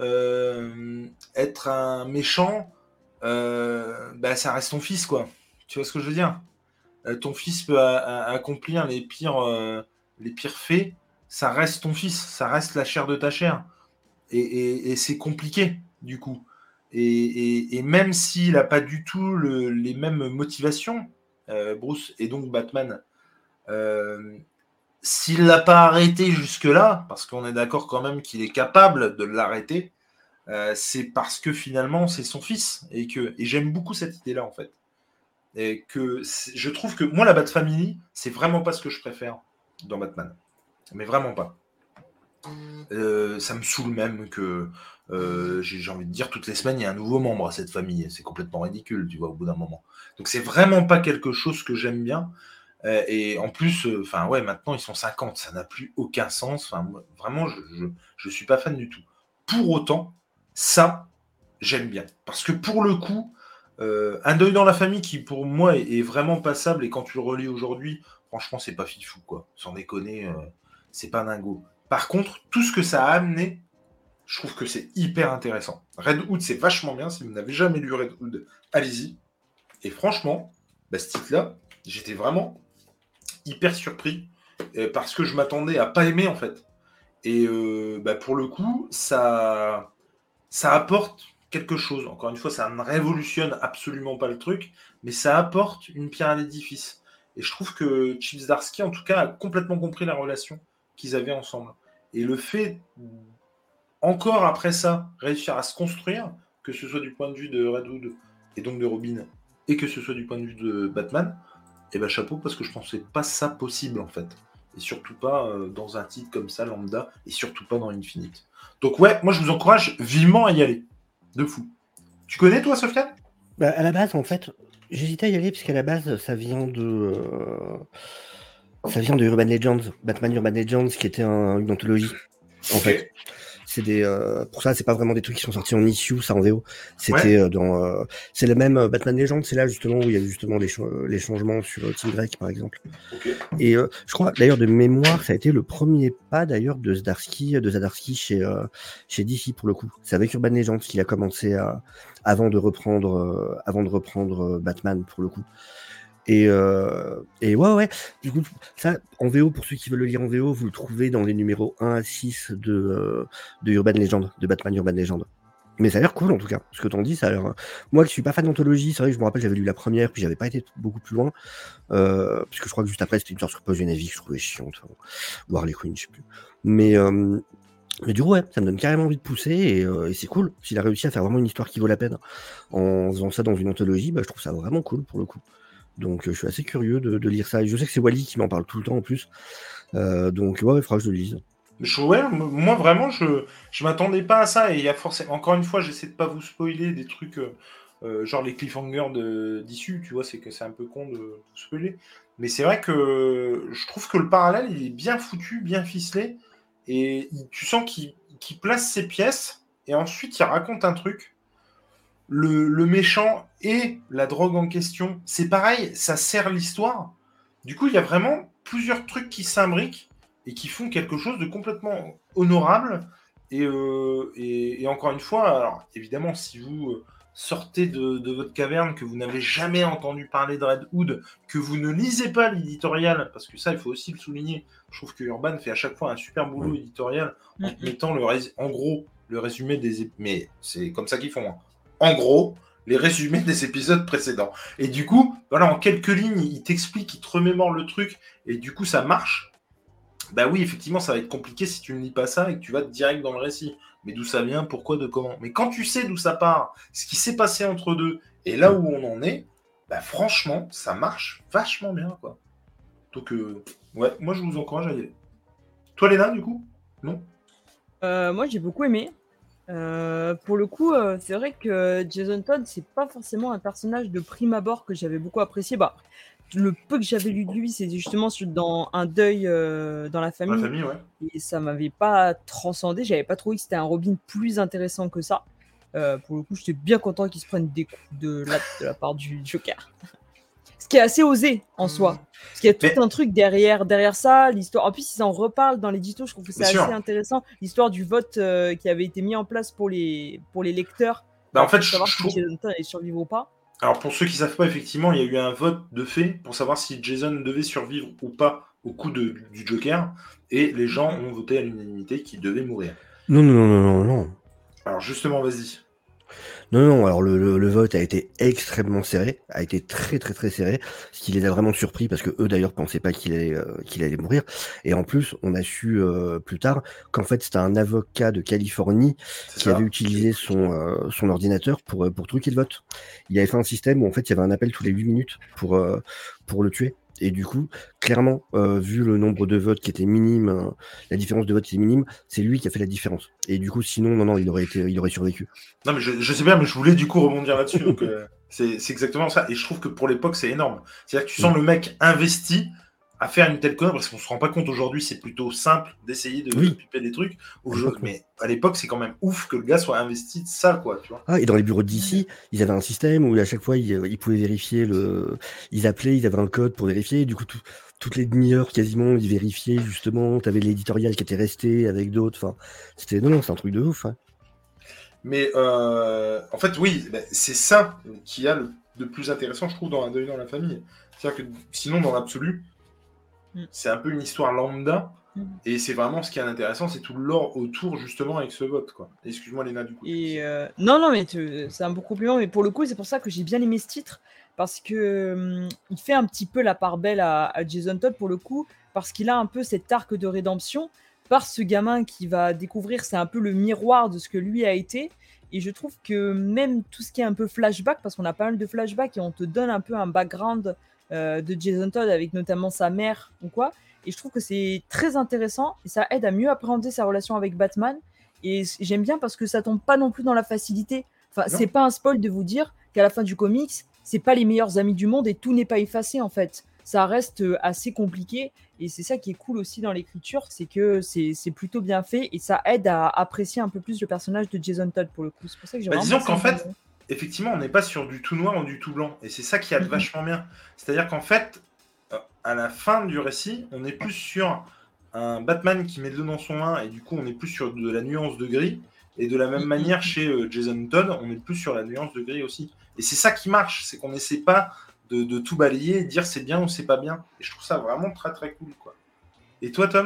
être un méchant, ça reste ton fils, quoi. Tu vois ce que je veux dire ? Ton fils peut accomplir les pires faits, ça reste ton fils, ça reste la chair de ta chair. Et c'est compliqué, du coup. Et même s'il n'a pas du tout les mêmes motivations, Bruce, et donc Batman, s'il ne l'a pas arrêté jusque-là, parce qu'on est d'accord quand même qu'il est capable de l'arrêter, c'est parce que finalement, c'est son fils. Et j'aime beaucoup cette idée-là, en fait. Et que je trouve que moi, la Bat Family, c'est vraiment pas ce que je préfère dans Batman. Mais vraiment pas. Ça me saoule même que j'ai envie de dire toutes les semaines il y a un nouveau membre à cette famille. C'est complètement ridicule, tu vois, au bout d'un moment. Donc c'est vraiment pas quelque chose que j'aime bien. Et en plus, maintenant ils sont 50, ça n'a plus aucun sens. Vraiment, je suis pas fan du tout. Pour autant, ça, j'aime bien. Parce que pour le coup, un deuil dans la famille qui pour moi est vraiment passable, et quand tu le relis aujourd'hui, franchement c'est pas fifou, quoi. Sans déconner, c'est pas dingo. Par contre, tout ce que ça a amené, je trouve que c'est hyper intéressant. Red Hood, c'est vachement bien. Si vous n'avez jamais lu Red Hood, allez-y. Et franchement, ce titre-là, j'étais vraiment hyper surpris parce que je m'attendais à pas aimer, en fait. Et pour le coup, ça apporte quelque chose. Encore une fois, ça ne révolutionne absolument pas le truc, mais ça apporte une pierre à l'édifice. Et je trouve que Chip Zdarsky, en tout cas, a complètement compris la relation qu'ils avaient ensemble. Et le fait, encore après ça, réussir à se construire, que ce soit du point de vue de Red Hood et donc de Robin, et que ce soit du point de vue de Batman, chapeau, parce que je pensais pas ça possible, en fait. Et surtout pas dans un titre comme ça, lambda, et surtout pas dans Infinite. Donc ouais, moi je vous encourage vivement à y aller. De fou. Tu connais, toi, Sofiane ? À la base, en fait, j'hésitais à y aller, parce qu'à la base, ça vient de Urban Legends, Batman Urban Legends, qui était une anthologie, en fait. C'est pour ça, c'est pas vraiment des trucs qui sont sortis en issue, ça en VO. C'était c'est le même Batman Legends, c'est là justement où il y a justement les changements sur Team Drake, par exemple. Okay. Et je crois d'ailleurs de mémoire, ça a été le premier pas d'ailleurs de Zdarsky chez DC pour le coup. C'est avec Urban Legends qu'il a commencé avant de reprendre Batman pour le coup. Et ouais. Du coup, ça, en VO, pour ceux qui veulent le lire en VO, vous le trouvez dans les numéros 1 à 6 de Urban Legend, de Batman Urban Legend. Mais ça a l'air cool, en tout cas. Ce que t'en dis, ça a l'air... Moi, qui suis pas fan d'anthologie, c'est vrai que je me rappelle, j'avais lu la première, puis j'avais pas été beaucoup plus loin. Puisque je crois que juste après, c'était une sorte sur Poison Ivy que je trouvais chiante. Ou Harley Quinn, je sais plus. Mais Mais du coup, ouais, ça me donne carrément envie de pousser et c'est cool. S'il a réussi à faire vraiment une histoire qui vaut la peine en faisant ça dans une anthologie, bah, je trouve ça vraiment cool pour le coup. Donc je suis assez curieux de lire ça. Et je sais que c'est Wally qui m'en parle tout le temps en plus. Donc ouais, il faudra que je le lise. Ouais, moi vraiment, je m'attendais pas à ça. Et il y a forcément, encore une fois, j'essaie de pas vous spoiler des trucs genre les cliffhangers d'issue, tu vois, c'est que c'est un peu con de vous spoiler. Mais c'est vrai que je trouve que le parallèle, il est bien foutu, bien ficelé. Et tu sens qu'il place ses pièces et ensuite il raconte un truc. Le méchant et la drogue en question, c'est pareil, ça sert l'histoire. Du coup, il y a vraiment plusieurs trucs qui s'imbriquent et qui font quelque chose de complètement honorable. Et encore une fois, alors évidemment, si vous sortez de votre caverne, que vous n'avez jamais entendu parler de Red Hood, que vous ne lisez pas l'éditorial, parce que ça, il faut aussi le souligner, je trouve que Urban fait à chaque fois un super boulot éditorial en te mettant en gros le résumé des... Mais c'est comme ça qu'ils font. Hein. En gros, les résumés des épisodes précédents. Et du coup, voilà, en quelques lignes, il t'explique, il te remémore le truc, et du coup, ça marche. Bah oui, effectivement, ça va être compliqué si tu ne lis pas ça et que tu vas direct dans le récit. Mais d'où ça vient, pourquoi, de comment. Mais quand tu sais d'où ça part, ce qui s'est passé entre deux, et là où on en est, bah franchement, ça marche vachement bien, quoi. Donc, ouais, moi, je vous encourage à y aller. Toi, Léna, du coup? Non? Moi, j'ai beaucoup aimé. Pour le coup, c'est vrai que Jason Todd, c'est pas forcément un personnage de prime abord que j'avais beaucoup apprécié. Bah, le peu que j'avais lu de lui, c'est justement dans un deuil dans la famille. La famille, ouais. Et ça m'avait pas transcendé. J'avais pas trouvé que c'était un Robin plus intéressant que ça. Pour le coup, j'étais bien content qu'il se prenne des coups de la part du Joker. Ce qui est assez osé en soi. Parce qu'il y a tout un truc derrière ça, l'histoire. En plus, ils en reparlent dans l'édito, je trouve que c'est assez intéressant. L'histoire du vote qui avait été mis en place pour les lecteurs. Bah, en fait, pour savoir si Jason allait survivre ou pas. Alors, pour ceux qui ne savent pas, effectivement, il y a eu un vote de fait pour savoir si Jason devait survivre ou pas au coup du Joker. Et les gens ont voté à l'unanimité qu'il devait mourir. Non. Alors, justement, vas-y. Non, alors le vote a été extrêmement serré, a été très serré, ce qui les a vraiment surpris parce que eux d'ailleurs pensaient pas qu'il allait mourir. Et en plus, on a su plus tard qu'en fait c'était un avocat de Californie qui avait utilisé son ordinateur pour truquer le vote. Il avait fait un système où en fait il y avait un appel tous les 8 minutes pour le tuer. Et du coup, clairement, vu le nombre de votes qui était minime, la différence de vote qui est minime, c'est lui qui a fait la différence. Et du coup, sinon, non, il aurait survécu. Non, mais je sais bien, mais je voulais du coup rebondir là-dessus. Donc, c'est exactement ça. Et je trouve que pour l'époque, c'est énorme. C'est-à-dire que tu sens le mec investi à faire une telle connerie, parce qu'on se rend pas compte aujourd'hui, c'est plutôt simple d'essayer de piper des trucs. Mais à l'époque, c'est quand même ouf que le gars soit investi de ça, quoi. Tu vois. Ah, et dans les bureaux d'ici, ils avaient un système où à chaque fois, ils pouvaient vérifier ils appelaient, ils avaient un code pour vérifier. Du coup, toutes les demi-heures quasiment, ils vérifiaient justement. T'avais l'éditorial qui était resté avec d'autres. Enfin, c'était c'est un truc de ouf. Hein. Mais en fait, oui, c'est ça qui a de plus intéressant, je trouve, dans Un deuil dans la famille. C'est-à-dire que sinon, dans l'absolu, c'est un peu une histoire lambda. Et c'est vraiment ce qui est intéressant, c'est tout le lore autour, justement, avec ce vote, quoi. Excuse-moi, Léna, du coup. Et non, mais c'est un beau compliment. Mais pour le coup, c'est pour ça que j'ai bien aimé ce titre. Parce que il fait un petit peu la part belle à Jason Todd, pour le coup. Parce qu'il a un peu cet arc de rédemption. Par ce gamin qui va découvrir, c'est un peu le miroir de ce que lui a été. Et je trouve que même tout ce qui est un peu flashback, parce qu'on a pas mal de flashbacks et on te donne un peu un background de Jason Todd avec notamment sa mère ou quoi. Et je trouve que c'est très intéressant et ça aide à mieux appréhender sa relation avec Batman. Et j'aime bien parce que ça tombe pas non plus dans la facilité. Enfin, c'est pas un spoil de vous dire qu'à la fin du comics, c'est pas les meilleurs amis du monde et tout n'est pas effacé en fait. Ça reste assez compliqué et c'est ça qui est cool aussi dans l'écriture, c'est que c'est plutôt bien fait et ça aide à apprécier un peu plus le personnage de Jason Todd pour le coup. C'est pour ça que j'ai vraiment disons qu'en fait, effectivement, on n'est pas sur du tout noir ou du tout blanc et c'est ça qui a de vachement bien. C'est-à-dire qu'en fait, à la fin du récit, on est plus sur un Batman qui met de l'eau dans son vin et du coup, on est plus sur de la nuance de gris. Et de la même manière, chez Jason Todd, on est plus sur la nuance de gris aussi. Et c'est ça qui marche, c'est qu'on n'essaie pas de tout balayer et de dire c'est bien ou c'est pas bien. Et je trouve ça vraiment très très cool, quoi. Et toi, Tom ?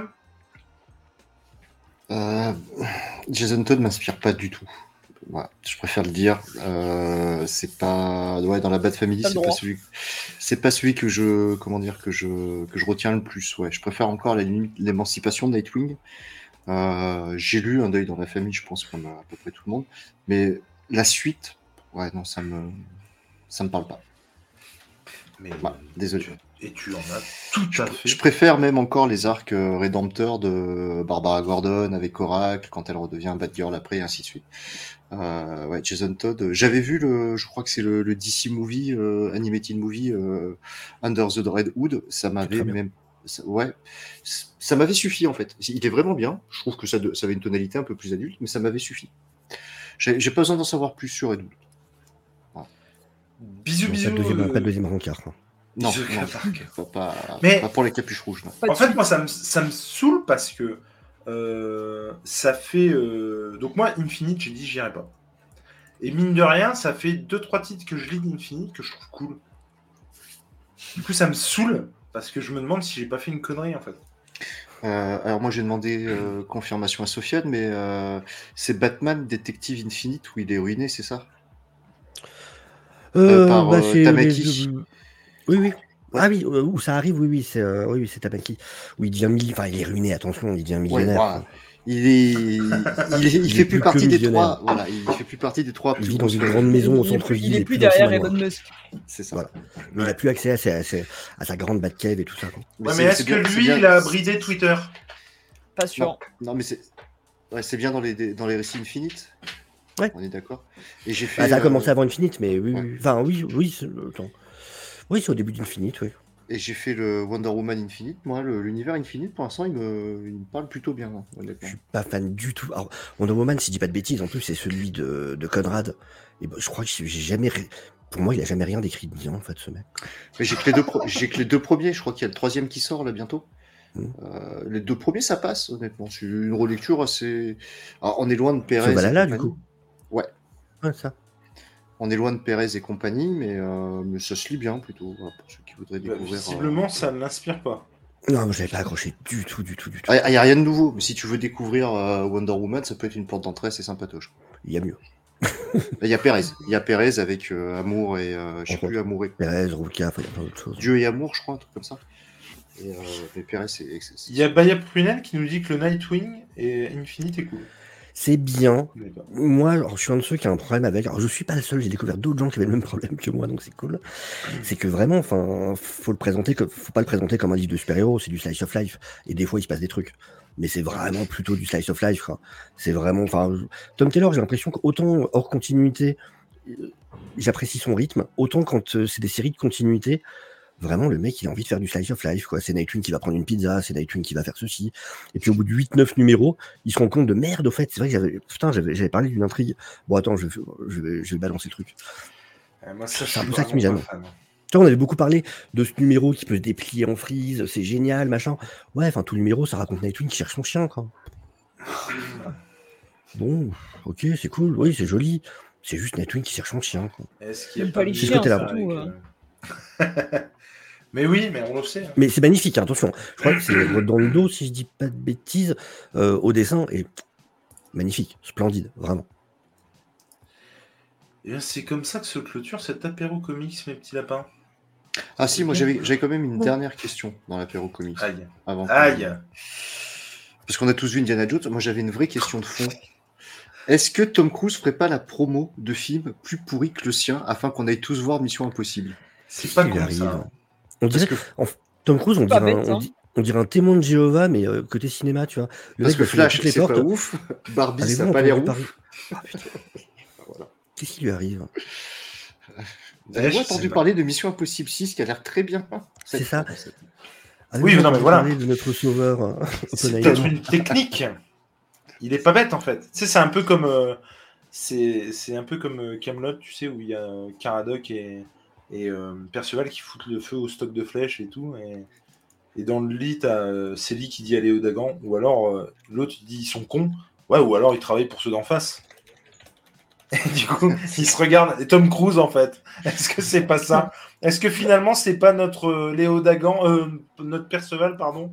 Jason Todd m'inspire pas du tout. Ouais, je préfère le dire. C'est pas dans la Bat Family, c'est pas celui que je retiens le plus. Ouais, je préfère encore à la limite l'émancipation de Nightwing. J'ai lu Un deuil dans la famille, je pense, comme à peu près tout le monde. Mais la suite, ouais, non, ça me parle pas. Mais Ouais, désolé. tu en as tout à fait. Je préfère même encore les arcs rédempteurs de Barbara Gordon avec Oracle quand elle redevient Batgirl après, et ainsi de suite. Ouais, Jason Todd. J'avais vu je crois que c'est le DC movie, animated movie Under the Red Hood. Ça m'avait très bien. même, ouais, ça m'avait suffi en fait. Il est vraiment bien. Je trouve que ça avait une tonalité un peu plus adulte, mais ça m'avait suffi. J'ai pas besoin d'en savoir plus sur Red Hood. Bisous, Non, bisous. pas de deuxième rencard. Quoi. Non, bisous, non, Clark. pas Mais- pour les capuches rouges. Non. Pas de En fait, suite. moi, ça me saoule parce que ça fait. Donc, moi, Infinite, j'ai dit, j'irai pas. Et mine de rien, ça fait 2-3 titres que je lis d'Infinite que je trouve cool. Du coup, ça me saoule parce que je me demande si j'ai pas fait une connerie en fait. Alors moi j'ai demandé confirmation à Sofiane, mais c'est Batman Detective Infinite où il est ruiné, c'est ça? Par c'est Tamaki. Oui. Ah oui, où ça arrive, oui, c'est Tamaki. Où il devient il est ruiné, attention, il devient Ouais, millionnaire. voilà. Il fait plus que partie des millionnaire. 3. Voilà, il fait plus partie des 3 Il plus vit dans grosses une familles. grande maison au Il est centre-ville. plus dans son derrière manoir. Elon Musk. C'est ça. Voilà. Mais il n'a plus accès à sa grande Batcave et tout ça. Quoi. Ouais, mais est-ce que lui, il a bridé Twitter? Pas sûr. Non, mais c'est bien dans les récits Infinite. Ouais. On est d'accord. Et j'ai fait. Ça a commencé avant Infinite, mais oui. ouais. Oui. Enfin, oui, c'est au début d'Infinite, oui. Et j'ai fait le Wonder Woman Infinite. Moi, l'univers Infinite, pour l'instant, il me parle plutôt bien, hein, Je honnêtement. suis pas fan du tout. Alors, Wonder Woman, si je dis pas de bêtises, en plus, c'est celui de Conrad. Et je crois que j'ai jamais. Pour moi, il a jamais rien d'écrit de bien, en fait, ce mec. Mais j'ai que les deux premiers. Je crois qu'il y a le troisième qui sort là bientôt. Les deux premiers, ça passe, honnêtement. C'est une relecture assez. Alors, on est loin de Perez. C'est Valhalla, du coup. Ouais. Ouais, ça. On est loin de Perez et compagnie, mais ça se lit bien plutôt. Voilà, pour ceux qui voudraient découvrir. Visiblement, ça ne l'inspire pas. Non, mais j'avais pas accroché du tout. Il n'y a rien de nouveau, mais si tu veux découvrir Wonder Woman, ça peut être une porte d'entrée assez sympatoche. Il y a mieux. Il y a Perez. Il y a Perez avec Amour et. je sais plus, Amour et. Perez, Ruka, il y a plein d'autres choses. Dieu et Amour, je crois, un truc comme ça. Et, mais Perez, c'est. Il y a Baya Prunel qui nous dit que le Nightwing et Infinite est cool. C'est bien. D'accord. Moi, alors, je suis un de ceux qui a un problème avec. Alors, je suis pas le seul, j'ai découvert d'autres gens qui avaient le même problème que moi, donc c'est cool. C'est que vraiment, faut pas le présenter comme un livre de super-héros, c'est du slice of life. Et des fois, il se passe des trucs. Mais c'est vraiment plutôt du slice of life, quoi. C'est vraiment. Tom Taylor, j'ai l'impression qu'autant hors continuité, j'apprécie son rythme, autant quand c'est des séries de continuité. Vraiment, le mec, il a envie de faire du slice of life, quoi. C'est Nightwing qui va prendre une pizza, c'est Nightwing qui va faire ceci. Et puis au bout de 8-9 numéros, il se rend compte de merde, au fait. C'est vrai que j'avais parlé d'une intrigue. Bon, attends, je vais balancer le truc. Moi, ça, C'est un peu ça qui me gêne. fan. Tu vois, on avait beaucoup parlé de ce numéro qui peut se déplier en frise, c'est génial, machin. Ouais, tout le numéro, ça raconte Nightwing qui cherche son chien, quoi. Bon, ok, c'est cool, oui, c'est joli. C'est juste Nightwing qui cherche son chien, quoi. Est-ce qu'il y a Pas les de chiens, lien surtout, avec, Mais oui, mais on le sait. Mais c'est magnifique, hein, attention. Je crois que c'est dans le dos, si je dis pas de bêtises, au dessin, et magnifique, splendide, vraiment. Et bien, c'est comme ça que se clôture cet apéro comics, mes petits lapins. Ah si, moi j'avais quand même une dernière question dans l'apéro comics. Aïe. Avant Aïe. Parce qu'on a tous vu Indiana Jones. Moi j'avais une vraie question de fond. Est-ce que Tom Cruise ferait pas la promo de films plus pourris que le sien afin qu'on aille tous voir Mission Impossible? C'est pas Il con arrive. ça. On dirait Tom Cruise, on Pas dirait, bête, hein. on dirait un témoin de Jéhovah, mais côté cinéma, tu vois. Le Parce mec que va finir Flash, toutes les c'est portes. pas ouf. Barbie, ça Avez-vous n'a pas l'air entendu ouf. parler- Ah, putain. Voilà. Qu'est-ce qui lui arrive? Vous avez je entendu sais parler de Mission Impossible 6 qui a l'air très bien. C'est ça. Oui, Avez-vous non, mais entendu voilà. parler de notre sauveur, C'est Oppenheimer peut-être une technique. Il est pas bête en fait. Tu sais, c'est un peu comme c'est un peu comme Camelot, tu sais, où il y a Caradoc et Perceval qui foutent le feu au stock de flèches et tout. Et dans le lit, t'as Célie qui dit aller au Dagan, ou alors l'autre il dit ils sont cons, ouais, ou alors ils travaillent pour ceux d'en face. Et du coup, ils se regardent. Et Tom Cruise en fait. Est-ce que c'est pas ça? Est-ce que finalement c'est pas notre Léo Dagan, notre Perceval, pardon,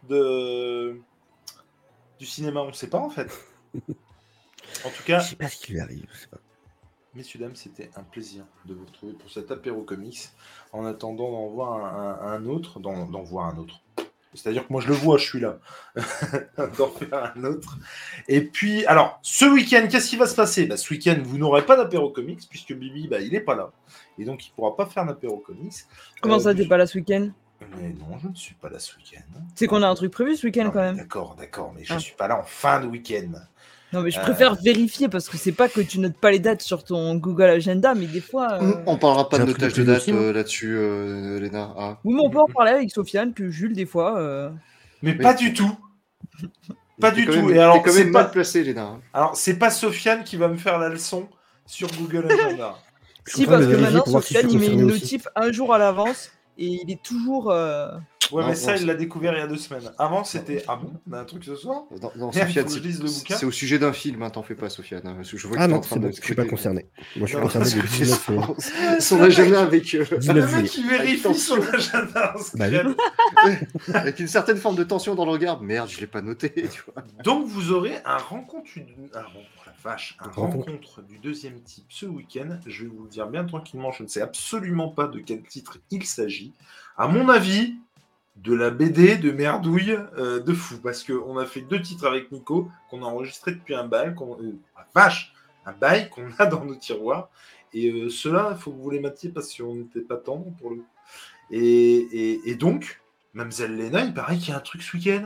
du cinéma? On sait pas en fait. En tout cas, Je sais pas ce qui lui arrive. Je sais pas. messieurs, dames, c'était un plaisir de vous retrouver pour cet apéro comics. En attendant d'en voir un autre, d'en voir un autre. C'est-à-dire que moi, je le vois, je suis là. D'en faire un autre. Et puis, alors, ce week-end, qu'est-ce qui va se passer? Ce week-end, vous n'aurez pas d'apéro comics, puisque Bibi, il n'est pas là. Et donc, il ne pourra pas faire d'apéro comics. Comment ça, t'es pas là ce week-end? Mais non, je ne suis pas là ce week-end. C'est qu'on a un truc prévu ce week-end Non, quand même. D'accord, mais je ne suis pas là en fin de week-end. Non, mais je préfère vérifier parce que c'est pas que tu notes pas les dates sur ton Google Agenda, mais des fois. On parlera pas J'ai de un truc notage de prévu date aussi, moi. là-dessus, Léna. Ah. Oui, mais on peut en parler avec Sofiane, que Jules, des fois. Mais Oui. pas du tout. Pas du T'es quand tout. même- Et alors, t'es quand c'est même pas... mal placé, Léna. Alors, c'est pas Sofiane qui va me faire la leçon sur Google Agenda. Je suis Si, en train de parce que vérifier maintenant, pour voir si je Sofiane, suis il met concerné une aussi. notif un jour à l'avance et il est toujours. Ouais, Non, mais ça, non, il l'a découvert il y a 2 semaines. Avant, c'était ah bon, on a un truc ce soir. Non, Merde, Sofiane, faut que je lise le bouquin. c'est au sujet d'un film, hein, t'en fais pas, Sofiane. Hein, parce que je vois que Ah t'es en non, train c'est de bon, je suis pas scruter. concerné. Moi, je suis Non, concerné le Scruter 19 février. son agenda avec, 19 Le juillet. mec qui vérifie son agenda. Bah oui. avec une certaine forme de tension dans le regard. Merde, je l'ai pas noté. Tu vois. Donc, vous aurez un rencontre Rencontre. rencontre du deuxième type ce week-end. Je vais vous le dire bien tranquillement. Je ne sais absolument pas de quel titre il s'agit. À mon avis, de la BD de merdouille de fou. Parce qu'on a fait 2 titres avec Nico qu'on a enregistrés depuis un bail. Un bail qu'on a dans nos tiroirs. Et ceux-là, il faut que vous les matiez parce qu'on n'était pas tendre pour le coup. Et donc, Mademoiselle Léna, il paraît qu'il y a un truc ce week-end.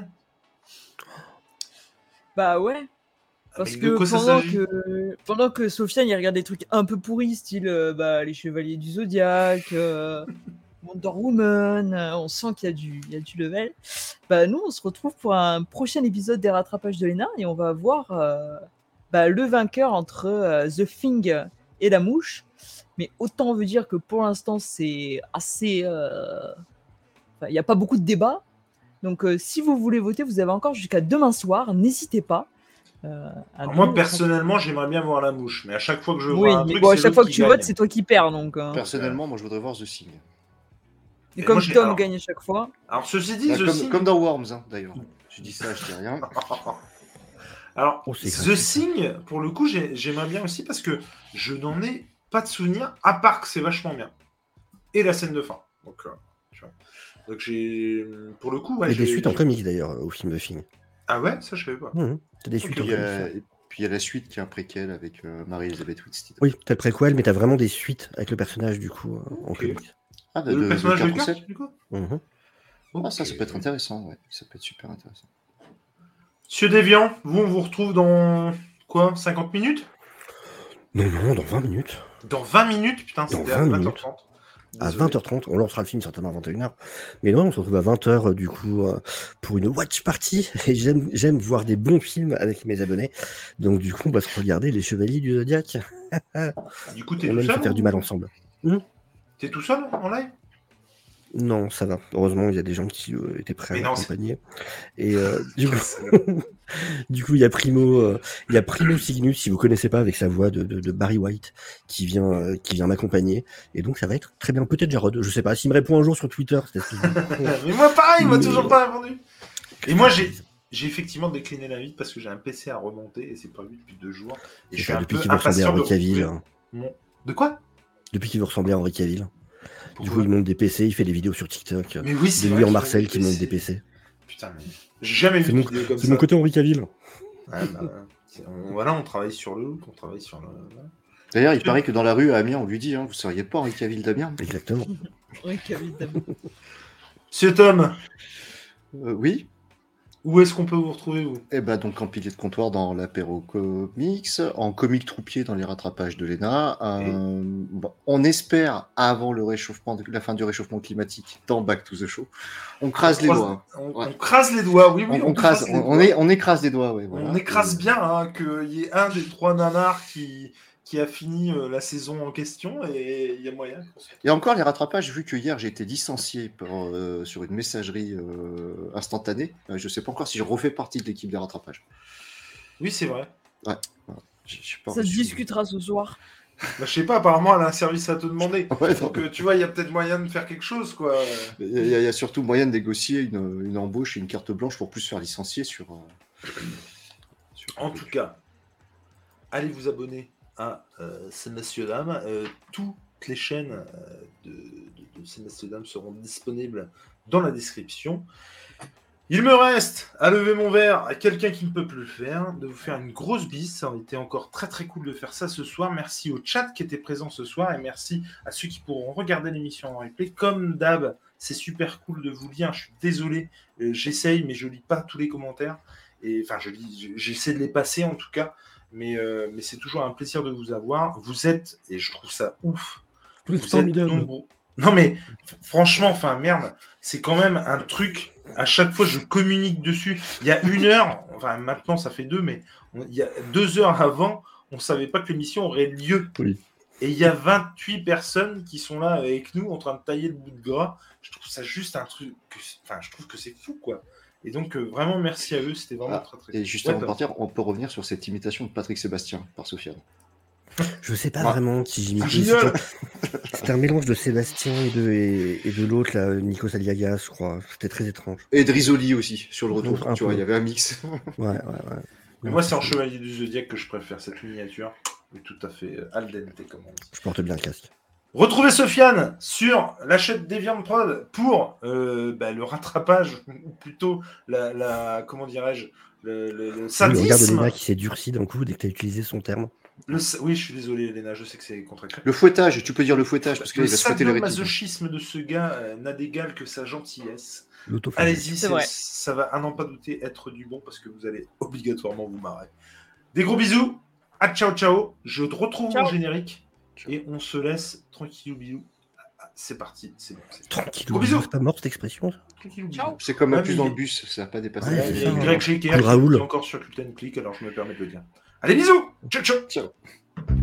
Bah ouais. Parce Mais de que quoi ça pendant, s'agit pendant que Sofiane il regarde des trucs un peu pourris, style les Chevaliers du Zodiaque, Wonder Woman, on sent qu'il y a du level. Bah nous, on se retrouve pour un prochain épisode des rattrapages de Léna et on va voir le vainqueur entre The Thing et la mouche. Mais autant veut dire que pour l'instant, c'est assez... il n'y a pas beaucoup de débat. Donc si vous voulez voter, vous avez encore jusqu'à demain soir. N'hésitez pas. Alors moi, personnellement, j'aimerais bien voir la mouche. Mais à chaque fois que je Oui, vois un mais truc, bon, à c'est chaque l'autre fois que qui tu gagne. votes, c'est toi qui perds. Donc, Personnellement, moi, je voudrais voir The Thing. et Et comme moi, j'ai- Tom alors- gagne à chaque fois. Alors, ceci dit, Bah, The Thing... comme dans Worms, hein, d'ailleurs. Je dis ça, je dis rien. Alors, Oh, c'est The gratuit, ça. Thing, pour le coup, j'aimerais bien aussi parce que je n'en ai pas de souvenir, à part que c'est vachement bien. Et la scène de fin. Donc, tu vois. Donc j'ai... Pour le coup, ouais, Il y a des j'ai- suites en comics d'ailleurs au film The Thing. Ah ouais, ça je savais pas. T'as des suites Ok, en Puis, il y comics. a- et puis il y a la suite qui est un préquel avec Mary-Elizabeth Winstead. Oui, t'as le préquel, mais t'as vraiment des suites avec le personnage du coup en Ok. comics. Ah, Le personnage de Kurt Kurt, Russell. du coup Mhm. Ah, ça Ok. peut être intéressant, ouais. Ça peut être super intéressant. Monsieur Déviant, vous, on vous retrouve dans quoi 50 minutes Non, non, dans 20 minutes. Dans 20 minutes Putain, Dans c'était à 20 20h30. À Désolé. 20h30, on lancera le film certainement à 21h. Mais non, on se retrouve à 20h du coup pour une watch party. Et j'aime voir des bons films avec mes abonnés. Donc du coup, on va se regarder Les Chevaliers du Zodiaque. Du coup, t'es On tout aime se seul faire du mal ensemble. T'es tout seul en live Non, ça va. Heureusement, il y a des gens qui étaient prêts à Mais non, c'est- m'accompagner. Et du coup, il y a Primo Cygnus, si vous connaissez pas, avec sa voix de Barry White, qui vient m'accompagner. Et donc, ça va être très bien. Peut-être Jarod, je sais pas. S'il me répond un jour sur Twitter, c'est Mais moi, pareil, il m'a Mais- toujours pas répondu. Et moi, j'ai effectivement décliné l'invite parce que j'ai un PC à remonter et c'est pas vu depuis 2 jours. Et je suis un depuis peu qu'il veut ressembler à impatient de Henri Cavill. retrouver mon- De quoi Depuis qu'il veut ressembler à Henri Cavill. Du Pourquoi coup, il monte des PC, il fait des vidéos sur TikTok. Mais oui, c'est De vrai lui en qu'il Marcel monte qui des monte des PC. PC. Putain, mais j'ai jamais vu C'est de mon, vidéo comme c'est ça. mon côté Henri Cavill. Ouais, voilà, on travaille sur le look, on travaille sur le. D'ailleurs, il paraît que dans la rue à Amiens, on lui dit vous seriez pas Henri Cavill d'Amiens Exactement. Oui, Camille, t'as vu. Monsieur Tom, Oui. où est-ce qu'on peut vous retrouver, vous Et bah donc en pilier de comptoir dans l'apéro comics, en comic troupier dans les rattrapages de l'ENA. Bon, on espère avant la fin du réchauffement climatique dans Back to the Show. On crase les doigts. On crase les doigts, oui, On crase, les doigts. on écrase les doigts, ouais. Voilà. On écrase bien hein, qu'il y ait un des 3 nanars qui a fini la saison en question et il y a moyen. Et encore les rattrapages, vu que hier j'ai été licencié sur une messagerie instantanée, je sais pas encore si je refais partie de l'équipe des rattrapages. Oui, c'est vrai. Je suis pas Ça se reçu. discutera ce soir. Bah, je sais pas, apparemment, elle a un service à te demander. Ouais, Donc, tu vois, il y a peut-être moyen de faire quelque chose, quoi. Il y a surtout moyen de négocier une embauche et une carte blanche pour plus se faire licencier sur. En tout cas, allez vous abonner à ces messieurs dames. Toutes les chaînes de ces messieurs dames seront disponibles dans la description. Il me reste à lever mon verre à quelqu'un qui ne peut plus le faire, de vous faire une grosse bise. Ça a été encore très très cool de faire ça ce soir. Merci au chat qui était présent ce soir et merci à ceux qui pourront regarder l'émission en replay. Comme d'hab, c'est super cool de vous lire. Je suis désolé, j'essaye, mais je lis pas tous les commentaires. Et enfin, j'essaie de les passer en tout cas. Mais c'est toujours un plaisir de vous avoir. Vous êtes, et je trouve ça ouf, vous êtes nombreux. Non mais franchement, enfin merde, c'est quand même un truc. À chaque fois, je communique dessus. Il y a 1 heure, enfin maintenant ça fait 2, mais il y a 2 heures avant, on savait pas que l'émission aurait lieu. Oui. Et il y a 28 personnes qui sont là avec nous en train de tailler le bout de gras. Je trouve ça juste un truc. Enfin, je trouve que c'est fou quoi. Et donc vraiment merci à eux, c'était vraiment très très. Et juste avant de partir, on peut revenir sur cette imitation de Patrick Sébastien par Sofiane. Je sais pas vraiment qui j'imite. C'était un mélange de Sébastien et de l'autre, là, Nikos Aliagas, je crois. C'était très étrange. Et de Risoli aussi, sur le retour. Un tu vois, peu. il y avait un mix. Ouais. Mais moi, c'est en Chevalier du Zodiaque que je préfère cette miniature. Mais tout à fait al dente, comme on dit. Je porte bien le casque. Retrouvez Sofiane sur la chaîne Deviant Prod pour le rattrapage, ou plutôt comment dirais-je, le sadisme. Regarde Léna qui s'est durci d'un coup dès que tu as utilisé son terme. Oui, je suis désolé, Léna, je sais que c'est contractuel. Le fouettage, tu peux dire le fouettage, parce qu'il le va se fouetter les rétines. sadomasochisme de ce gars n'a d'égal que sa gentillesse. L'autophagie. Allez-y, ça va à n'en pas douter être du bon parce que vous allez obligatoirement vous marrer. Des gros bisous, à ciao. Je retrouve mon générique et on se laisse tranquillou bisous. C'est parti, c'est bon. Tranquillou bisous. C'est pas mort cette expression. Tranquillou bisous. Ciao. C'est comme un plus dans le bus, ça n'a pas dépassé. Il y a Greg Shaker qui est encore sur Captain Click, alors je me permets de le dire. Allez, bisous. Ciao.